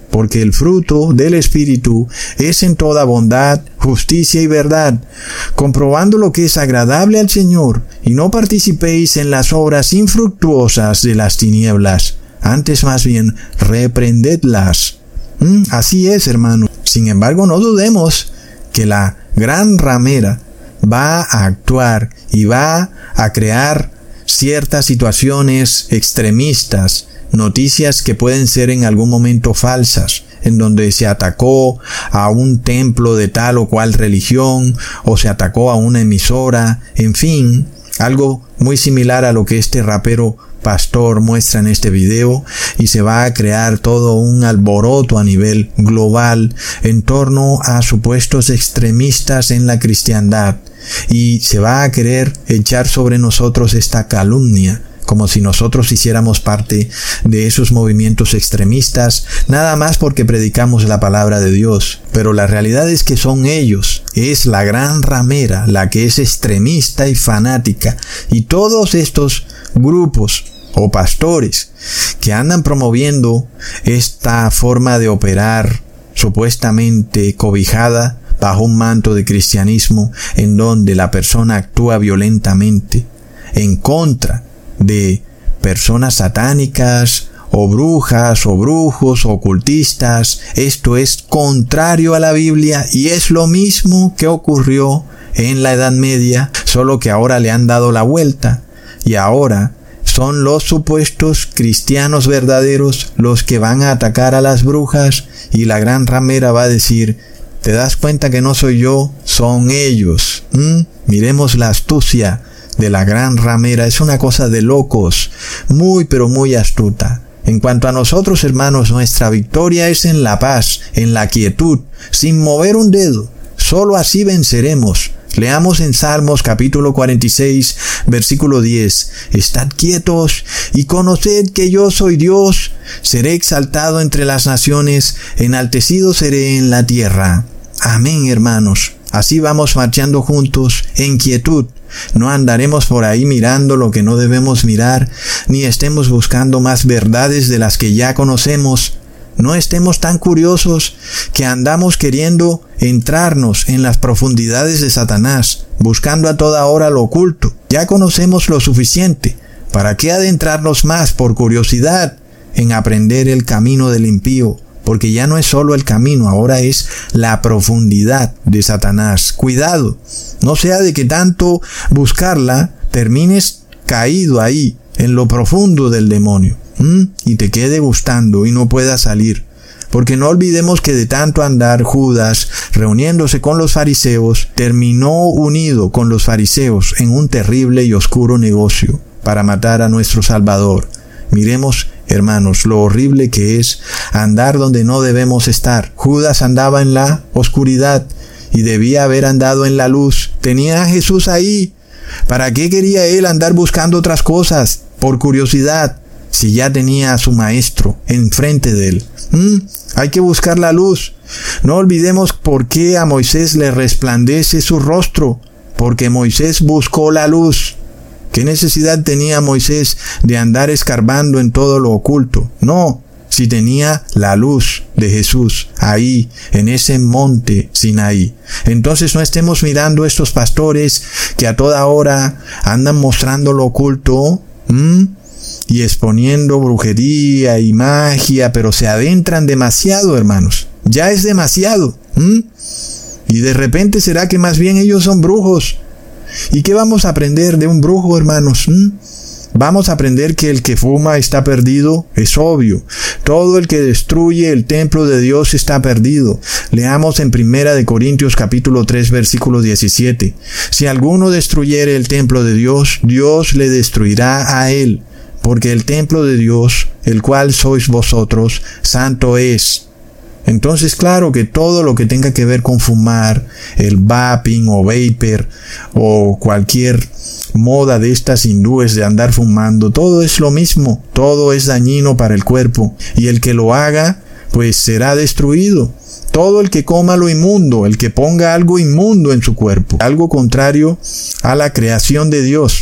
S5: porque el fruto del Espíritu es en toda bondad, justicia y verdad, comprobando lo que es agradable al Señor, y no participéis en las obras infructuosas de las tinieblas, antes más bien reprendedlas. ¿Mm? Así es, hermano. Sin embargo, no dudemos que la gran ramera va a actuar y va a crear ciertas situaciones extremistas, noticias que pueden ser en algún momento falsas, en donde se atacó a un templo de tal o cual religión, o se atacó a una emisora, en fin, algo muy similar a lo que este rapero pastor muestra en este video, y se va a crear todo un alboroto a nivel global en torno a supuestos extremistas en la cristiandad, y se va a querer echar sobre nosotros esta calumnia, como si nosotros hiciéramos parte de esos movimientos extremistas, nada más porque predicamos la palabra de Dios. Pero la realidad es que son ellos, es la gran ramera la que es extremista y fanática, y todos estos grupos o pastores que andan promoviendo esta forma de operar supuestamente cobijada bajo un manto de cristianismo, en donde la persona actúa violentamente en contra de personas satánicas o brujas o brujos o ocultistas. Esto es contrario a la Biblia, y es lo mismo que ocurrió en la Edad Media, solo que ahora le han dado la vuelta, y ahora son los supuestos cristianos verdaderos los que van a atacar a las brujas, y la gran ramera va a decir: ¿te das cuenta que no soy yo? Son ellos. ¿Mm? Miremos la astucia de la gran ramera. Es una cosa de locos, muy pero muy astuta. En cuanto a nosotros, hermanos, nuestra victoria es en la paz, en la quietud, sin mover un dedo. Solo así venceremos. Leamos en Salmos capítulo cuarenta y seis, versículo diez. Estad quietos y conoced que yo soy Dios. Seré exaltado entre las naciones, enaltecido seré en la tierra. Amén, hermanos. Así vamos marchando juntos en quietud. No andaremos por ahí mirando lo que no debemos mirar, ni estemos buscando más verdades de las que ya conocemos. No estemos tan curiosos que andamos queriendo entrarnos en las profundidades de Satanás, buscando a toda hora lo oculto. Ya conocemos lo suficiente. ¿Para qué adentrarnos más por curiosidad en aprender el camino del impío? Porque ya no es solo el camino, ahora es la profundidad de Satanás. Cuidado, no sea de que tanto buscarla termines caído ahí, en lo profundo del demonio, ¿m? y te quede gustando y no puedas salir. Porque no olvidemos que de tanto andar Judas reuniéndose con los fariseos, terminó unido con los fariseos en un terrible y oscuro negocio para matar a nuestro Salvador. Miremos, hermanos, lo horrible que es andar donde no debemos estar. Judas andaba en la oscuridad y debía haber andado en la luz. Tenía a Jesús ahí. ¿Para qué quería él andar buscando otras cosas? Por curiosidad, si ya tenía a su maestro enfrente de él. ¿Mm? Hay que buscar la luz. No olvidemos por qué a Moisés le resplandece su rostro. Porque Moisés buscó la luz. ¿Qué necesidad tenía Moisés de andar escarbando en todo lo oculto? No, si tenía la luz de Jesús ahí, en ese monte Sinaí. Entonces no estemos mirando estos pastores que a toda hora andan mostrando lo oculto, ¿m? y exponiendo brujería y magia, pero se adentran demasiado, hermanos. Ya es demasiado. ¿m? Y de repente será que más bien ellos son brujos. ¿Y qué vamos a aprender de un brujo, hermanos? ¿Mm? Vamos a aprender que el que fuma está perdido, es obvio. Todo el que destruye el templo de Dios está perdido. Leamos en Primera de Corintios capítulo tres, versículo diecisiete. Si alguno destruyere el templo de Dios, Dios le destruirá a él. Porque el templo de Dios, el cual sois vosotros, santo es. Entonces, claro que todo lo que tenga que ver con fumar, el vaping o vapor o cualquier moda de estas hindúes de andar fumando, todo es lo mismo, todo es dañino para el cuerpo, y el que lo haga, pues será destruido. Todo el que coma lo inmundo, el que ponga algo inmundo en su cuerpo, algo contrario a la creación de Dios.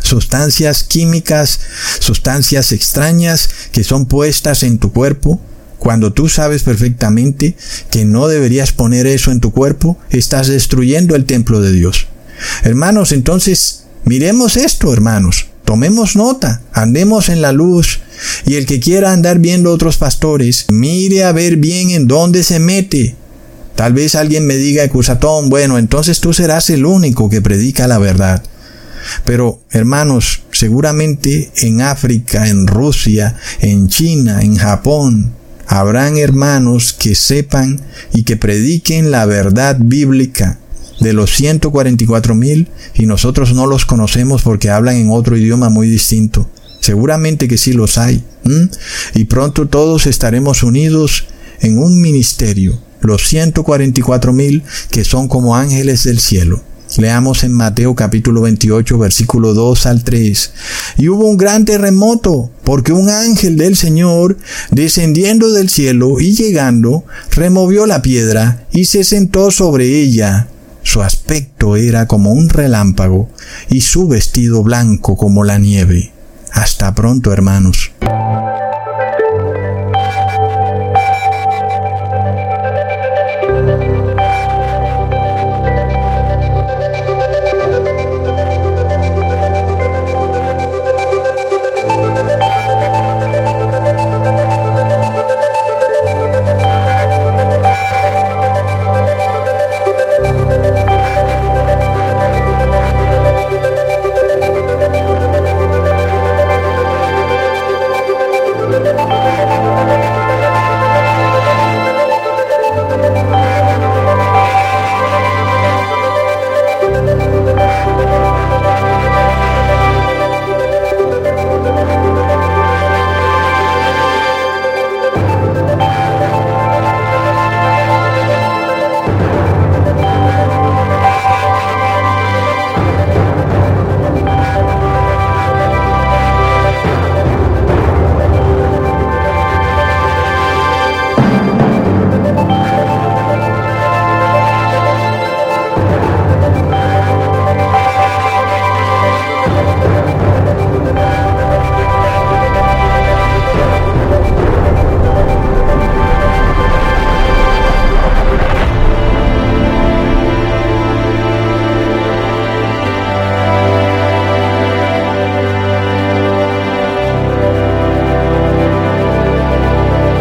S5: Sustancias químicas, sustancias extrañas que son puestas en tu cuerpo, Cuando tú sabes perfectamente que no deberías poner eso en tu cuerpo, estás destruyendo el templo de Dios. Hermanos, entonces, miremos esto, hermanos. Tomemos nota, andemos en la luz. Y el que quiera andar viendo otros pastores, mire a ver bien en dónde se mete. Tal vez alguien me diga, Cusatón, bueno, entonces tú serás el único que predica la verdad. Pero, hermanos, seguramente en África, en Rusia, en China, en Japón, habrán hermanos que sepan y que prediquen la verdad bíblica de los ciento cuarenta y cuatro mil y nosotros no los conocemos porque hablan en otro idioma muy distinto. Seguramente que sí los hay. ¿Mm? Y pronto todos estaremos unidos en un ministerio. Los ciento cuarenta y cuatro mil que son como ángeles del cielo. Leamos en Mateo capítulo veintiocho, versículo dos al tres. Y hubo un gran terremoto, porque un ángel del Señor, descendiendo del cielo y llegando, removió la piedra y se sentó sobre ella. Su aspecto era como un relámpago y su vestido blanco como la nieve. Hasta pronto, hermanos.